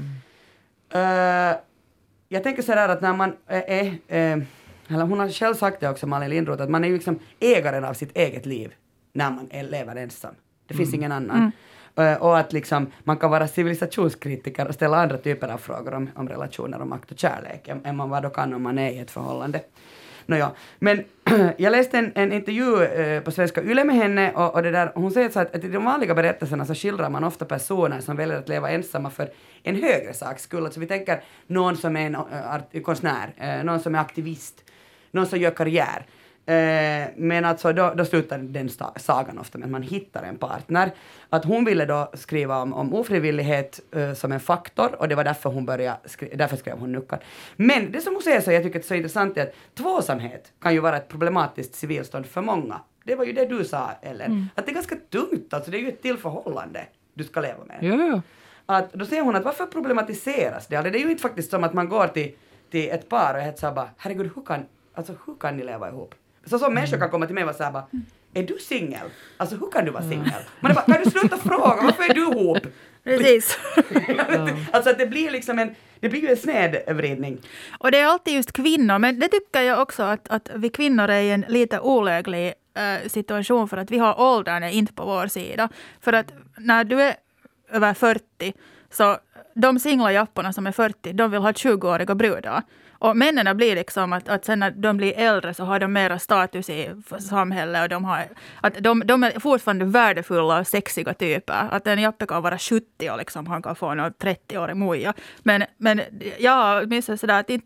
Jag tänker sådär att när man eller hon har själv sagt det också, Malin Lindroth, att man är ju liksom ägaren av sitt eget liv när man lever ensam. Det finns ingen annan. Och att liksom, man kan vara civilisationskritiker och ställa andra typer av frågor om relationer och makt och kärlek än man vad då kan om man är i ett förhållande. Nåja, men jag läste en intervju på Svenska Yle med henne och det där, hon säger så att i de vanliga berättelserna så skildrar man ofta personer som väljer att leva ensamma för en högre saks skull. Alltså vi tänker någon som är en konstnär, någon som är aktivist, någon som gör karriär. Men alltså då slutar den sagan ofta med att man hittar en partner. Att hon ville då skriva om ofrivillighet som en faktor, och det var därför därför skrev hon Nuckan. Men det som hon säger, så jag tycker det är så intressant, är att tvåsamhet kan ju vara ett problematiskt civilstånd för många. Det var ju det du sa, Ellen. Att det är ganska tungt, alltså det är ju ett till förhållande du ska leva med. Ja. Att då säger hon att varför problematiseras det? Alltså, det är ju inte faktiskt som att man går till ett par och är så bara, herregud, hur kan ni leva ihop? Så som människor kan komma till mig och säga bara, är du singel? Alltså hur kan du vara singel? Man är bara, kan du sluta fråga, varför är du ihop? Precis. Alltså att det blir liksom det blir ju en snedvridning. Och det är alltid just kvinnor, men det tycker jag också att vi kvinnor är i en lite oläglig situation, för att vi har åldern inte på vår sida. För att när du är över 40, så de singla japporna som är 40, de vill ha 20-åriga brudar. Och männen blir liksom att sen när de blir äldre så har de mera status i samhället, och de är fortfarande värdefulla och sexiga typer. Att en jappe kan vara 70 och liksom han kan få en 30-årig moja. Men jag minns sådär att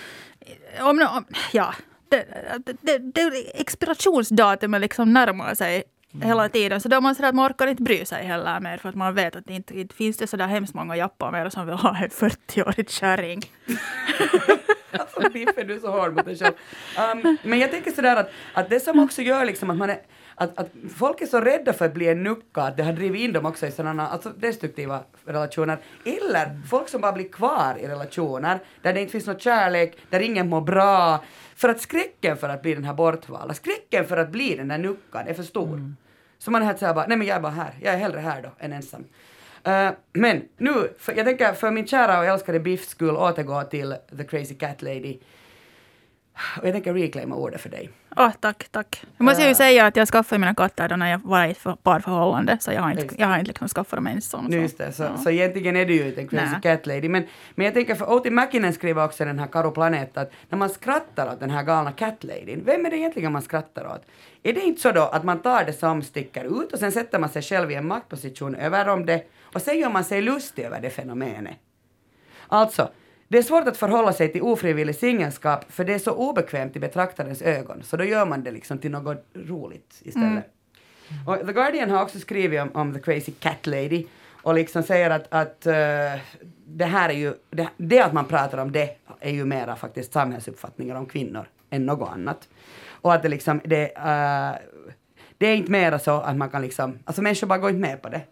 expirationsdatumet liksom närmar sig hela tiden. Så då man säger att man orkar inte bry sig heller mer, för att man vet att det inte finns det sådär hemskt många jappar mer som vill ha en 40-årig kärring. Alltså Biffen, du är så hård mot dig själv. Men jag tänker sådär att det som också gör liksom att man är att folk är så rädda för att bli en nucka, att det har drivit in dem också i sådana alltså destruktiva relationer. Eller folk som bara blir kvar i relationer där det inte finns någon kärlek, där ingen mår bra. För att skräcken för att bli den här bortvalda, skräcken för att bli den där nuckan är för stor. Så man är helt såhär bara, nej men jag är bara här, jag är hellre här då än ensam. Men nu, jag tänker för min kära och älskade Biff skulle återgå till The Crazy Cat Lady. Och jag tänker reclaima ordet för dig. Tack. Nu måste jag ju säga att jag skaffade mina katter då när jag var i ett parförhållande. Så jag har inte liksom skaffat dem ensam. Just det, så egentligen är du ju en Crazy Cat Lady. Men jag tänker, för Oti Mäkinen skriver också den här Karo Planet, att när man skrattar åt den här galna Cat Ladyn, vem är det egentligen man skrattar åt? Är det inte så då att man tar det som sticker ut och sen sätter man sig själv i en maktposition över om det och sen gör man sig lustig över det fenomenet? Alltså, det är svårt att förhålla sig till ofrivillig singelskap för det är så obekvämt i betraktarens ögon. Så då gör man det liksom till något roligt istället. Och The Guardian har också skrivit om The Crazy Cat Lady och liksom säger att det här är ju, det att man pratar om det är ju mera faktiskt samhällsuppfattningar om kvinnor än något annat. Och att det liksom, det är inte mera så att man kan liksom, alltså människor bara går inte med på det.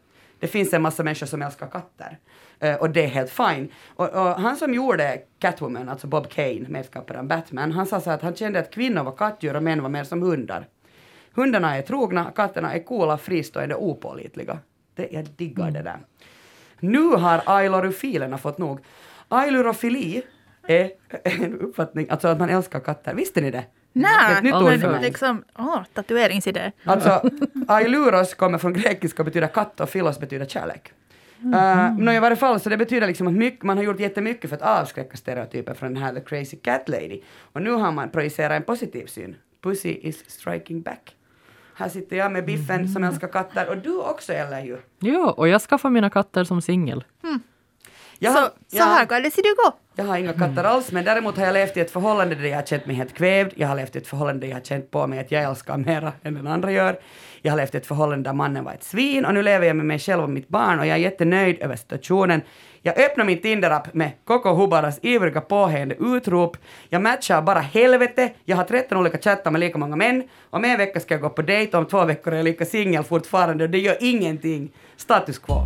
Det finns en massa människor som älskar katter. Och det är helt fine. Och han som gjorde Catwoman, alltså Bob Kane, medskaparen Batman, han sa så att han kände att kvinnor var kattdjur och män var mer som hundar. Hundarna är trogna, katterna är coola, fristående, opålitliga. Jag diggar det där. Nu har ailurofilerna fått nog. Ailurofili är en uppfattning, alltså att man älskar katter. Visste ni det? Nej, ett nytt ord för mig. liksom, tatueringsidé. Alltså, ailuros kommer från grekiska och betyder katt och filos betyder kärlek. I varje fall så det betyder liksom att man har gjort jättemycket för att avskräcka stereotyper från den här The Crazy Cat Lady. Och nu har man projicerat en positiv syn. Pussy is striking back. Här sitter jag med Biffen som älskar katter. Och du också, eller ju? Ja, och jag skaffar mina katter som singel. Så här kan det se du gå. Jag har inga katter alls, men däremot har jag levt i ett förhållande där jag har känt mig helt kvävd. Jag har levt i ett förhållande där jag har känt på mig att jag älskar mera än den andra gör. Jag har levt i ett förhållande där mannen var ett svin och nu lever jag med mig själv och mitt barn och jag är jättenöjd över situationen. Jag öppnar min Tinder-app med Koko Hubaras ivriga påhängande utrop. Jag matchar bara helvete. Jag har 13 olika chattar med lika många män. Om en vecka ska jag gå på dejt, om 2 veckor är jag lika singel fortfarande och det gör ingenting. Status quo.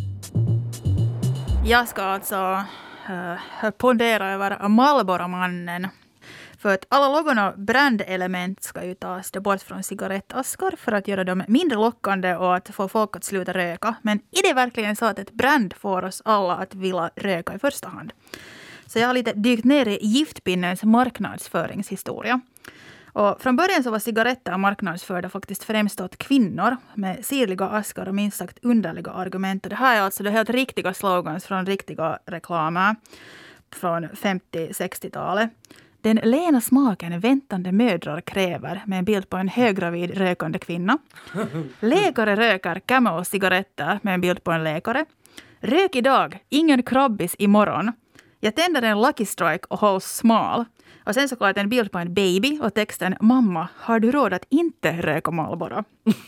Jag ska alltså pondera över Marlboro-mannen. För att alla logon och brandelement ska ju tas bort från cigarettaskar för att göra dem mindre lockande och att få folk att sluta röka. Men är det verkligen så att ett brand får oss alla att vilja röka i första hand? Så jag har lite dykt ner i giftpinnens marknadsföringshistoria. Och från början så var cigaretter marknadsförda faktiskt främst åt kvinnor med sirliga askar och minst sagt underliga argument. Och det här är alltså det helt riktiga slogans från riktiga reklamer från 50-60-talet. Den lena smaken väntande mödrar kräver med en bild på en höggravid rökande kvinna. Läkare röker Camel-cigaretter med en bild på en läkare. Rök idag, ingen krabbis imorgon. Jag tänder en Lucky Strike och hålls smal. Och sen såklart en bild på en baby och texten "Mamma, har du råd att inte röka Marlboro?"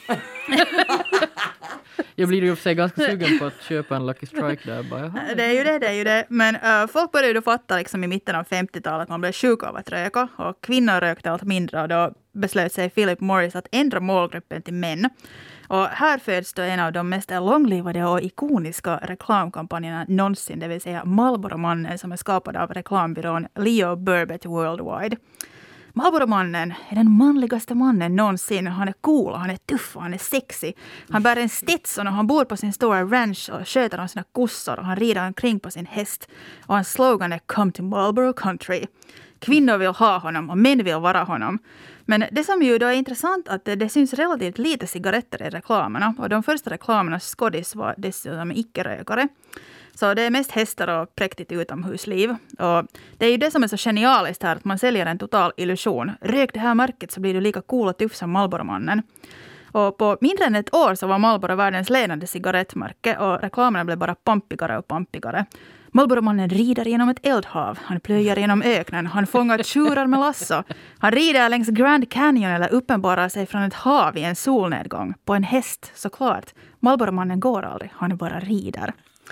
Jag blir ju för sig ganska sugen på att köpa en Lucky Strike där. Bara, det är ju det. Men folk började ju fatta liksom i mitten av 50-talet att man blev sjuk av att röka. Och kvinnor rökte allt mindre och då beslöt sig Philip Morris att ändra målgruppen till män. Och här föds då en av de mest långlivade och ikoniska reklamkampanjerna någonsin, det vill säga Marlboro-mannen som är skapad av reklambyrån Leo Bourbet Worldwide. Marlboro-mannen är den manligaste mannen någonsin. Han är cool, han är tuff och han är sexy. Han bär en Stetson och han bor på sin stora ranch och sköter om sina kossor och han rider omkring på sin häst. Och hans slogan är "Come to Marlboro Country". Kvinnor vill ha honom och män vill vara honom. Men det som ju då är intressant att det syns relativt lite cigaretter i reklamerna. Och de första reklamernas skådis var dessutom icke-rökare. Så det är mest hästar och präktigt utomhusliv. Och det är ju det som är så genialiskt här, att man säljer en total illusion. Rök det här märket så blir du lika cool och tuff som Marlboro-mannen. Och på mindre än ett år så var Marlboro världens ledande cigarettmärke och reklamerna blev bara pampigare och pampigare. Marlboro-mannen rider genom ett eldhav, han plöjer genom öknen, han fångar tjurar med lasso. Han rider längs Grand Canyon eller uppenbarar sig från ett hav i en solnedgång. På en häst, såklart. Marlboro-mannen går aldrig, han bara rider.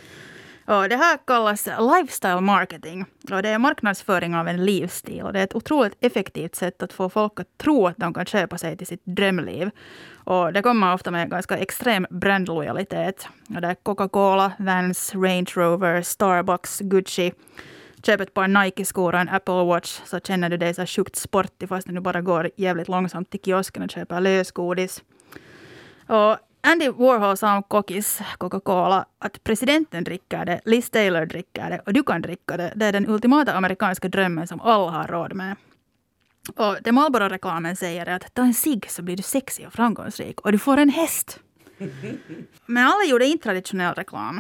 Och det här kallas lifestyle marketing. Och det är marknadsföring av en livsstil. Och det är ett otroligt effektivt sätt att få folk att tro att de kan köpa sig till sitt drömliv. Och det kommer ofta med ganska extrem brandlojalitet. Och det är Coca-Cola, Vans, Range Rover, Starbucks, Gucci. Köp ett par Nike-skor och en Apple Watch så känner du dig så sjukt sportig fast du bara går jävligt långsamt till kiosken och köper lösgodis. Och Andy Warhol sa om kokis, Coca-Cola, att presidenten dricker det, Liz Taylor dricker det och du kan dricka det. Det är den ultimata amerikanska drömmen som alla har råd med. Och det Marlboro-reklamen säger är att ta en cigg så blir du sexig och framgångsrik och du får en häst. Men alla gjorde inte traditionell reklam.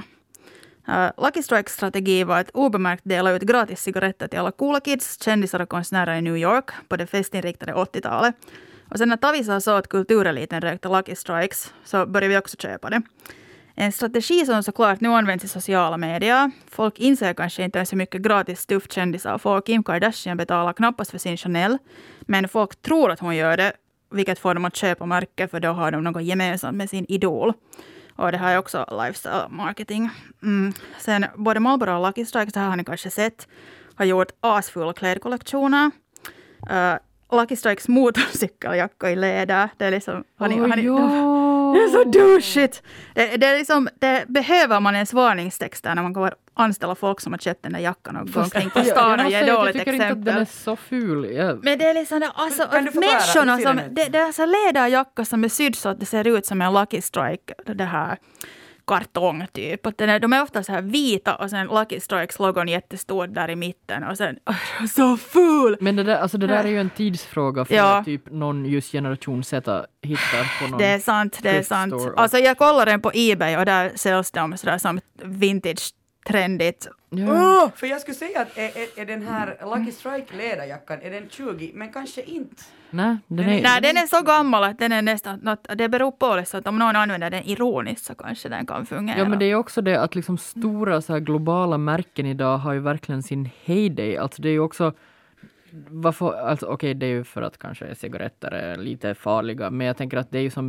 Lucky Strikes strategi var att obemärkt dela ut gratis cigaretter till alla coola kids, kändisar och konstnärer i New York på det festinriktade 80-talet. Och sen när Tavisa sa att kultureliten rökte Lucky Strikes så började vi också köpa det. En strategi som såklart nu används i sociala medier. Folk inser kanske inte ens så mycket gratis stuffkändisar för Kim Kardashian betalar knappast för sin Chanel. Men folk tror att hon gör det, vilket får dem att köpa märke för då har de något gemensamt med sin idol. Och det här är också lifestyle marketing. Sen både Marlboro och Lucky Strikes, det här har ni kanske sett, har gjort asfulla klädkollektioner. Lucky Strikes motorcykeljacka i läder. Det är liksom, Det är så douchigt. Det är liksom, det behöver man ens varningstext där när man kommer anställa folk som har köpt den där jackan och går omkring på stan och ger dåligt exempel. Jag tycker inte att den är så ful. Men det är liksom det, alltså, människorna som, det är så läderjacka som är sydd så att det ser ut som en Lucky Strike, det här kartong typ. Att de är ofta så här vita och sen Lucky Strikes logon jättestor där i mitten och sen så ful. Men det där är ju en tidsfråga för att typ någon just generation Z hittar på någon. Det är sant. Alltså jag kollar den på eBay och där säljs de sådär som vintage trendigt. Ja. För jag skulle säga att är den här Lucky Strike läderjackan, är den 20, men kanske inte. Nej, den är så gammal att den är nästan, det beror på det, så att om någon använder den ironiskt så kanske den kan fungera. Ja, men det är också det att liksom stora så här globala märken idag har ju verkligen sin heyday. Alltså det är ju också, varför, alltså okej, det är ju för att kanske cigaretter är lite farliga, men jag tänker att det är ju som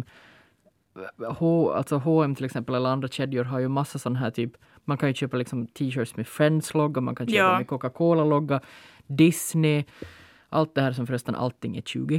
H&M till exempel eller andra kedjor har ju massa sån här typ, man kan ju köpa liksom t-shirts med Friends-logga, man kan köpa med Coca-Cola-logga, Disney, allt det här som förresten allting är 20.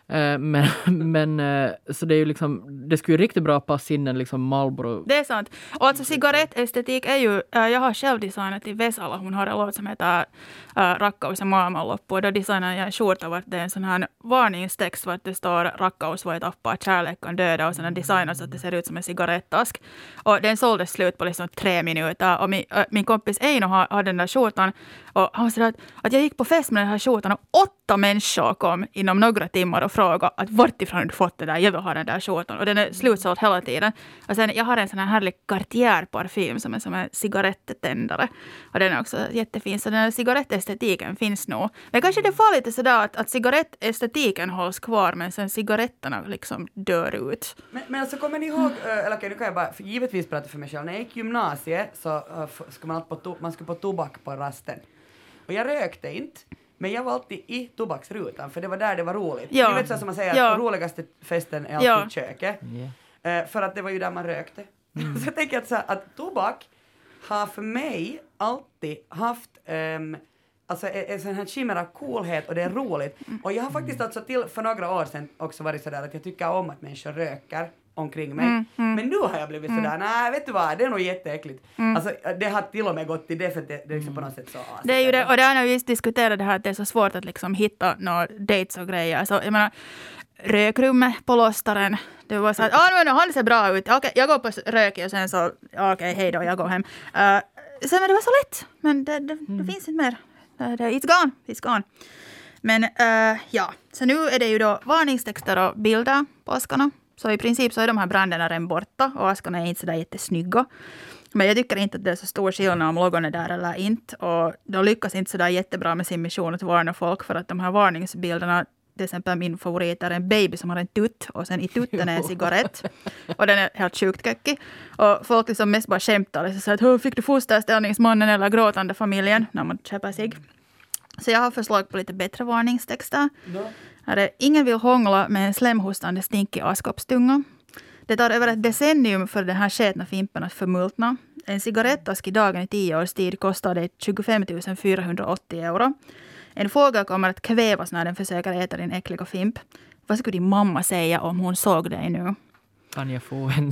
Men så det är ju liksom, det skulle ju riktigt bra passa in en liksom Marlboro. Det är sant. Och alltså cigarettestetik är ju, jag har själv designat till Vesala, hon har en låt som heter Rakkaus ja maailmanloppu, och då designar jag en skjorta vart det är en sån här varningstext vart det står Rakkaus voi tappaa, kärlek kan döda, och sen designar så att det ser ut som en cigarettask. Och den såldes slut på liksom 3 minuter, och min kompis Eino har den där skjortan, och han sa att jag gick på fest med den här skjortan och 8 människor kom inom några timmar och frågade att vartifrån har du fått det där, jag vill ha den där skjortan, och den är slutsåld hela tiden. Och sen jag har en sån här härlig Cartier-parfym som en cigaretttändare, och den är också jättefin, så den här cigarettestetiken finns nog. Men kanske det får lite sådär att cigarettestetiken hålls kvar, men sen cigaretterna liksom dör ut. Men alltså kommer ni ihåg, eller okej, nu kan jag bara givetvis prata för mig själv, när jag gick gymnasiet så skulle man skulle på tobak på rasten. Och jag rökte inte, men jag var alltid i tobaksrutan, för det var där det var roligt. Ja. Du vet så som man säger, att roligaste festen är alltid i köket. För att det var ju där man rökte. Så jag tänker att tobak har för mig alltid haft alltså en sån här skimmer av coolhet, och det är roligt. Och jag har faktiskt alltså till för några år sedan också varit sådär att jag tycker om att människor röker omkring mig. Men nu har jag blivit sådär, nej vet du vad, det är nog jätteäckligt. Alltså det har till och med gått till det, för det är liksom på något sätt så. Det är ju det, och det har vi just diskuterat det här att det är så svårt att liksom hitta några dates och grejer. Alltså jag menar, rökrummet på Lostaren, det var så att han ser bra ut, okej, jag går på röken och sen så, okej, hej då, jag går hem. Sen det var så lätt, men det finns inte mer. It's gone. Men ja, så nu är det ju då varningstexter och bilder på askarna. Så i princip så är de här bränderna redan borta och askarna är inte så där jättesnygga. Men jag tycker inte att det är så stor skillnad om logon är där eller inte. Och de lyckas inte så där jättebra med sin mission att varna folk, för att de här varningsbilderna, till exempel min favorit är en baby som har en tutt och sen i tutten är en cigarett. Och den är helt sjukt kökig. Och folk liksom mest bara skämtar och säger att hur fick du fosterställningsmannen eller gråtande familjen när man köper sig. Så jag har förslag på lite bättre varningstexter. Ingen vill hångla med en slemhostande stinkig askkoppstunga. Det tar över ett decennium för den här sketna fimpen att förmultna. En cigarettask i dagen i 10 års tid kostar det 25 480 euro. En fågel kommer att kvävas när den försöker äta din äckliga fimp. Vad skulle din mamma säga om hon såg dig nu? Kan jag få henne?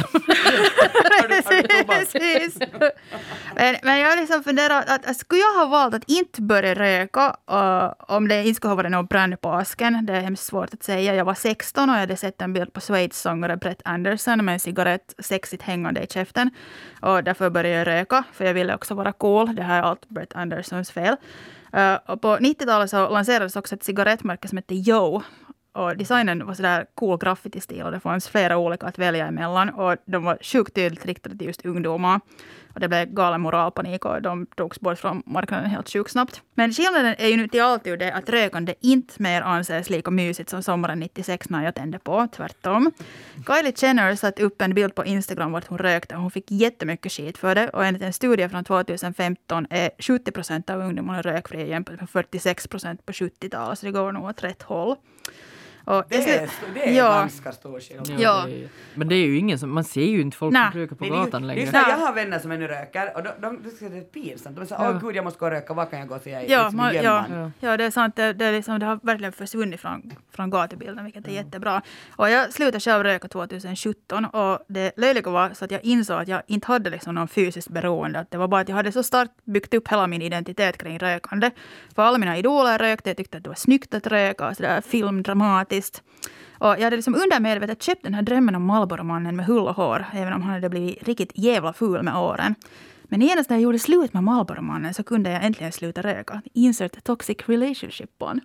Precis. Men jag liksom funderar att skulle jag ha valt att inte börja röka om det inte skulle ha varit någon brand på asken. Det är hemskt svårt att säga. Jag var 16 och jag hade sett en bild på Schweiz sångare Brett Anderson med en cigarett sexigt hängande i käften. Och därför började jag röka, för jag ville också vara cool. Det här är allt Brett Andersons fel. Och på 90-talet så lanserades också ett cigarettmärke som hette Yo. Och designen var sådär cool graffiti-stil, och det fanns flera olika att välja emellan. Och de var sjukt tydligt riktade till just ungdomar. Och det blev galen moralpanik och de drogs bort från marknaden helt sjukt snabbt. Men skillnaden är ju nu till alltid det att rökande inte mer anses lika mysigt som sommaren 96 när jag tände på. Tvärtom. Kylie Jenner satt upp en bild på Instagram vart hon rökte. Hon fick jättemycket skit för det. Och enligt en studie från 2015 är 70% av ungdomarna rökfria jämfört med 46% på 70-talet. Så det går nog åt rätt håll. Och Det är ganska stor skillnad. Ja. Men det är ju ingen som, man ser ju inte folk som röker på gatan längre. Jag har vänner som ännu röker och de det är pinsamt. De säger, gud jag måste gå och röka, vad kan jag gå och säga i gömman? Ja, det är sant. Det har verkligen försvunnit från gatubilden, vilket är jättebra. Och jag slutade själv röka 2017 och det löjliga var så att jag insåg att jag inte hade liksom någon fysiskt beroende. Att det var bara att jag hade så starkt byggt upp hela min identitet kring rökande. För alla mina idoler rökte, jag tyckte att det var snyggt att röka och sådär filmdramatiskt. Och jag hade liksom undermedvetet köpt den här drömmen om Marlboro-mannen med hull och hår, även om han hade blivit riktigt jävla ful med åren. Men genast när jag gjorde slut med Marlboro-mannen så kunde jag äntligen sluta röka. Insert toxic relationship on.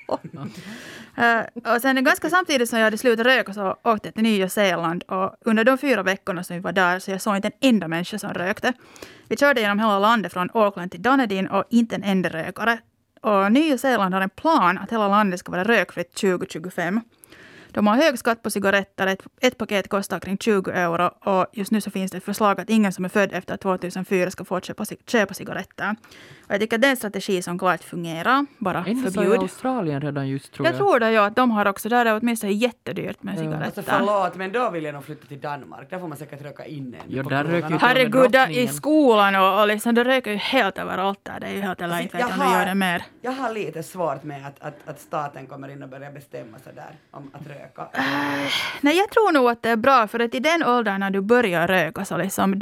Och sen ganska samtidigt som jag hade slutat röka så åkte jag till Nya Zeeland. Och under de 4 veckorna som vi var där så jag såg inte en enda människa som rökte. Vi körde genom hela landet från Auckland till Dunedin och inte en enda rökare. Och Nya Zeeland har en plan att hela landet ska vara rökfritt 2025. De har hög skatt på cigaretter. Ett paket kostar kring 20 euro. Och just nu så finns det ett förslag att ingen som är född efter 2004 ska få köpa cigaretter. Och jag tycker att det är en strategi som klart fungerar. Bara förbjud. I Australien redan just tror jag. Jag tror det, ja. Att de har också där är åtminstone jättedyrt med cigaretter. Alltså förlåt, men då vill jag nog flytta till Danmark. Där får man säkert röka in en. Ja, där röker ju herregud, i skolan och liksom, det röker ju helt överallt där. Det är ju helt eller inte vet om de gör det mer. Jag har lite svårt med att staten kommer in och börjar bestämma sig där om att röka. Nej, jag tror nog att det är bra, för att i den åldern när du börjar röka så liksom,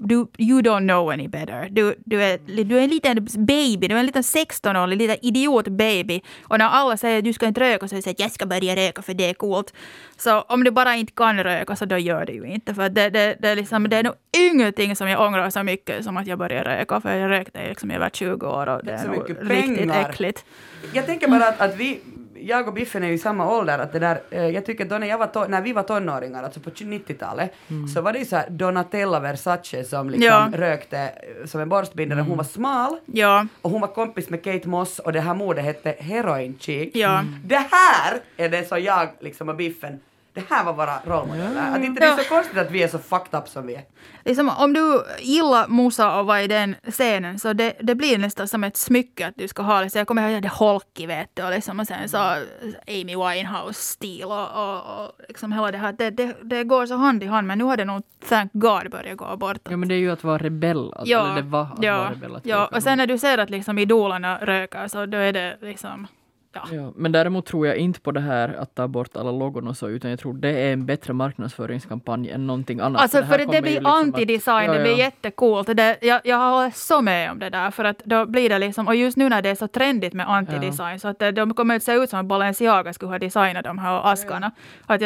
you don't know any better. Du är en liten baby, du är en liten 16-årig liten idiot-baby. Och när alla säger att du ska inte röka så säger att jag ska börja röka för det är coolt. Så om du bara inte kan röka så då gör det ju inte. För det är nog ingenting som jag ångrar så mycket som att jag började röka. För jag rökte liksom över 20 år och det är nog riktigt äckligt. Jag tänker bara att jag och Biffen är ju i samma ålder, att det där, jag tycker att då när vi var tonåringar, alltså på 90-talet, så var det ju så här Donatella Versace som liksom rökte som en borstbindare. Hon var smal och hon var kompis med Kate Moss och det här modet hette Heroin Chic. Det här är det som jag liksom och Biffen, det här var våra rollmodeller. Att inte det är så konstigt att vi är så fucked up som vi är. Liksom, om du gillar Musa och var i den scenen så det blir nästan som ett smycke att du ska ha det. Så jag kommer ihåg det Holky, vet du, och, liksom, och sen så Amy Winehouse-stil och liksom hela det här. Det går så hand i hand, men nu har det nog thank God börjat gå bort. Ja, men det är ju att vara rebell. Att, eller det var att vara rebell. Ja, och sen när du ser att liksom idolerna röker så då är det liksom... Ja, men däremot tror jag inte på det här att ta bort alla logon och så, utan jag tror det är en bättre marknadsföringskampanj än någonting annat. Alltså för det blir liksom anti-design, det blir jättecoolt. Jag håller så med om det där, för att då blir det liksom, och just nu när det är så trendigt med anti-design så att de kommer att se ut som att Balenciaga skulle ha designat de här askarna. Att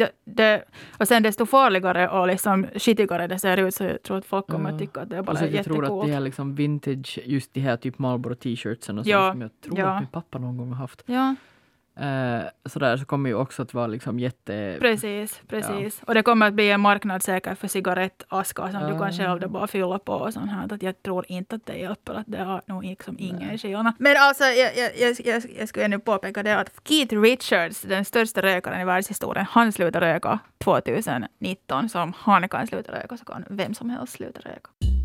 och sen desto farligare och liksom skitigare det ser ut, så jag tror att folk kommer att tycka att det är bara jättecoolt. Jag tror att det här liksom vintage, just de här typ Marlboro t-shirtsen och så, som jag tror att min pappa någon gång har haft. Ja. Sådär så kommer ju också att vara liksom Precis. Ja. Och det kommer att bli en marknad säkert för cigarettaskar som du kan själv då bara fylla på och sånt här. Att jag tror inte att det hjälper, att det har nog liksom ingen skillnad. Men alltså jag skulle nu påpeka det att Keith Richards, den största rökaren i världshistorien, han slutade röka 2019. Så om han kan sluta röka så kan vem som helst sluta röka.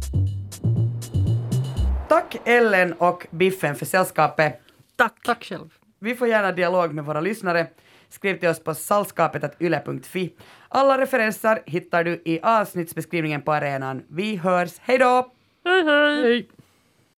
Tack Ellen och Biffen för sällskapet. Tack själv. Vi får gärna dialog med våra lyssnare. Skriv till oss på salskapet@yle.fi. Alla referenser hittar du i avsnittsbeskrivningen på arenan. Vi hörs. Hej då! Hej!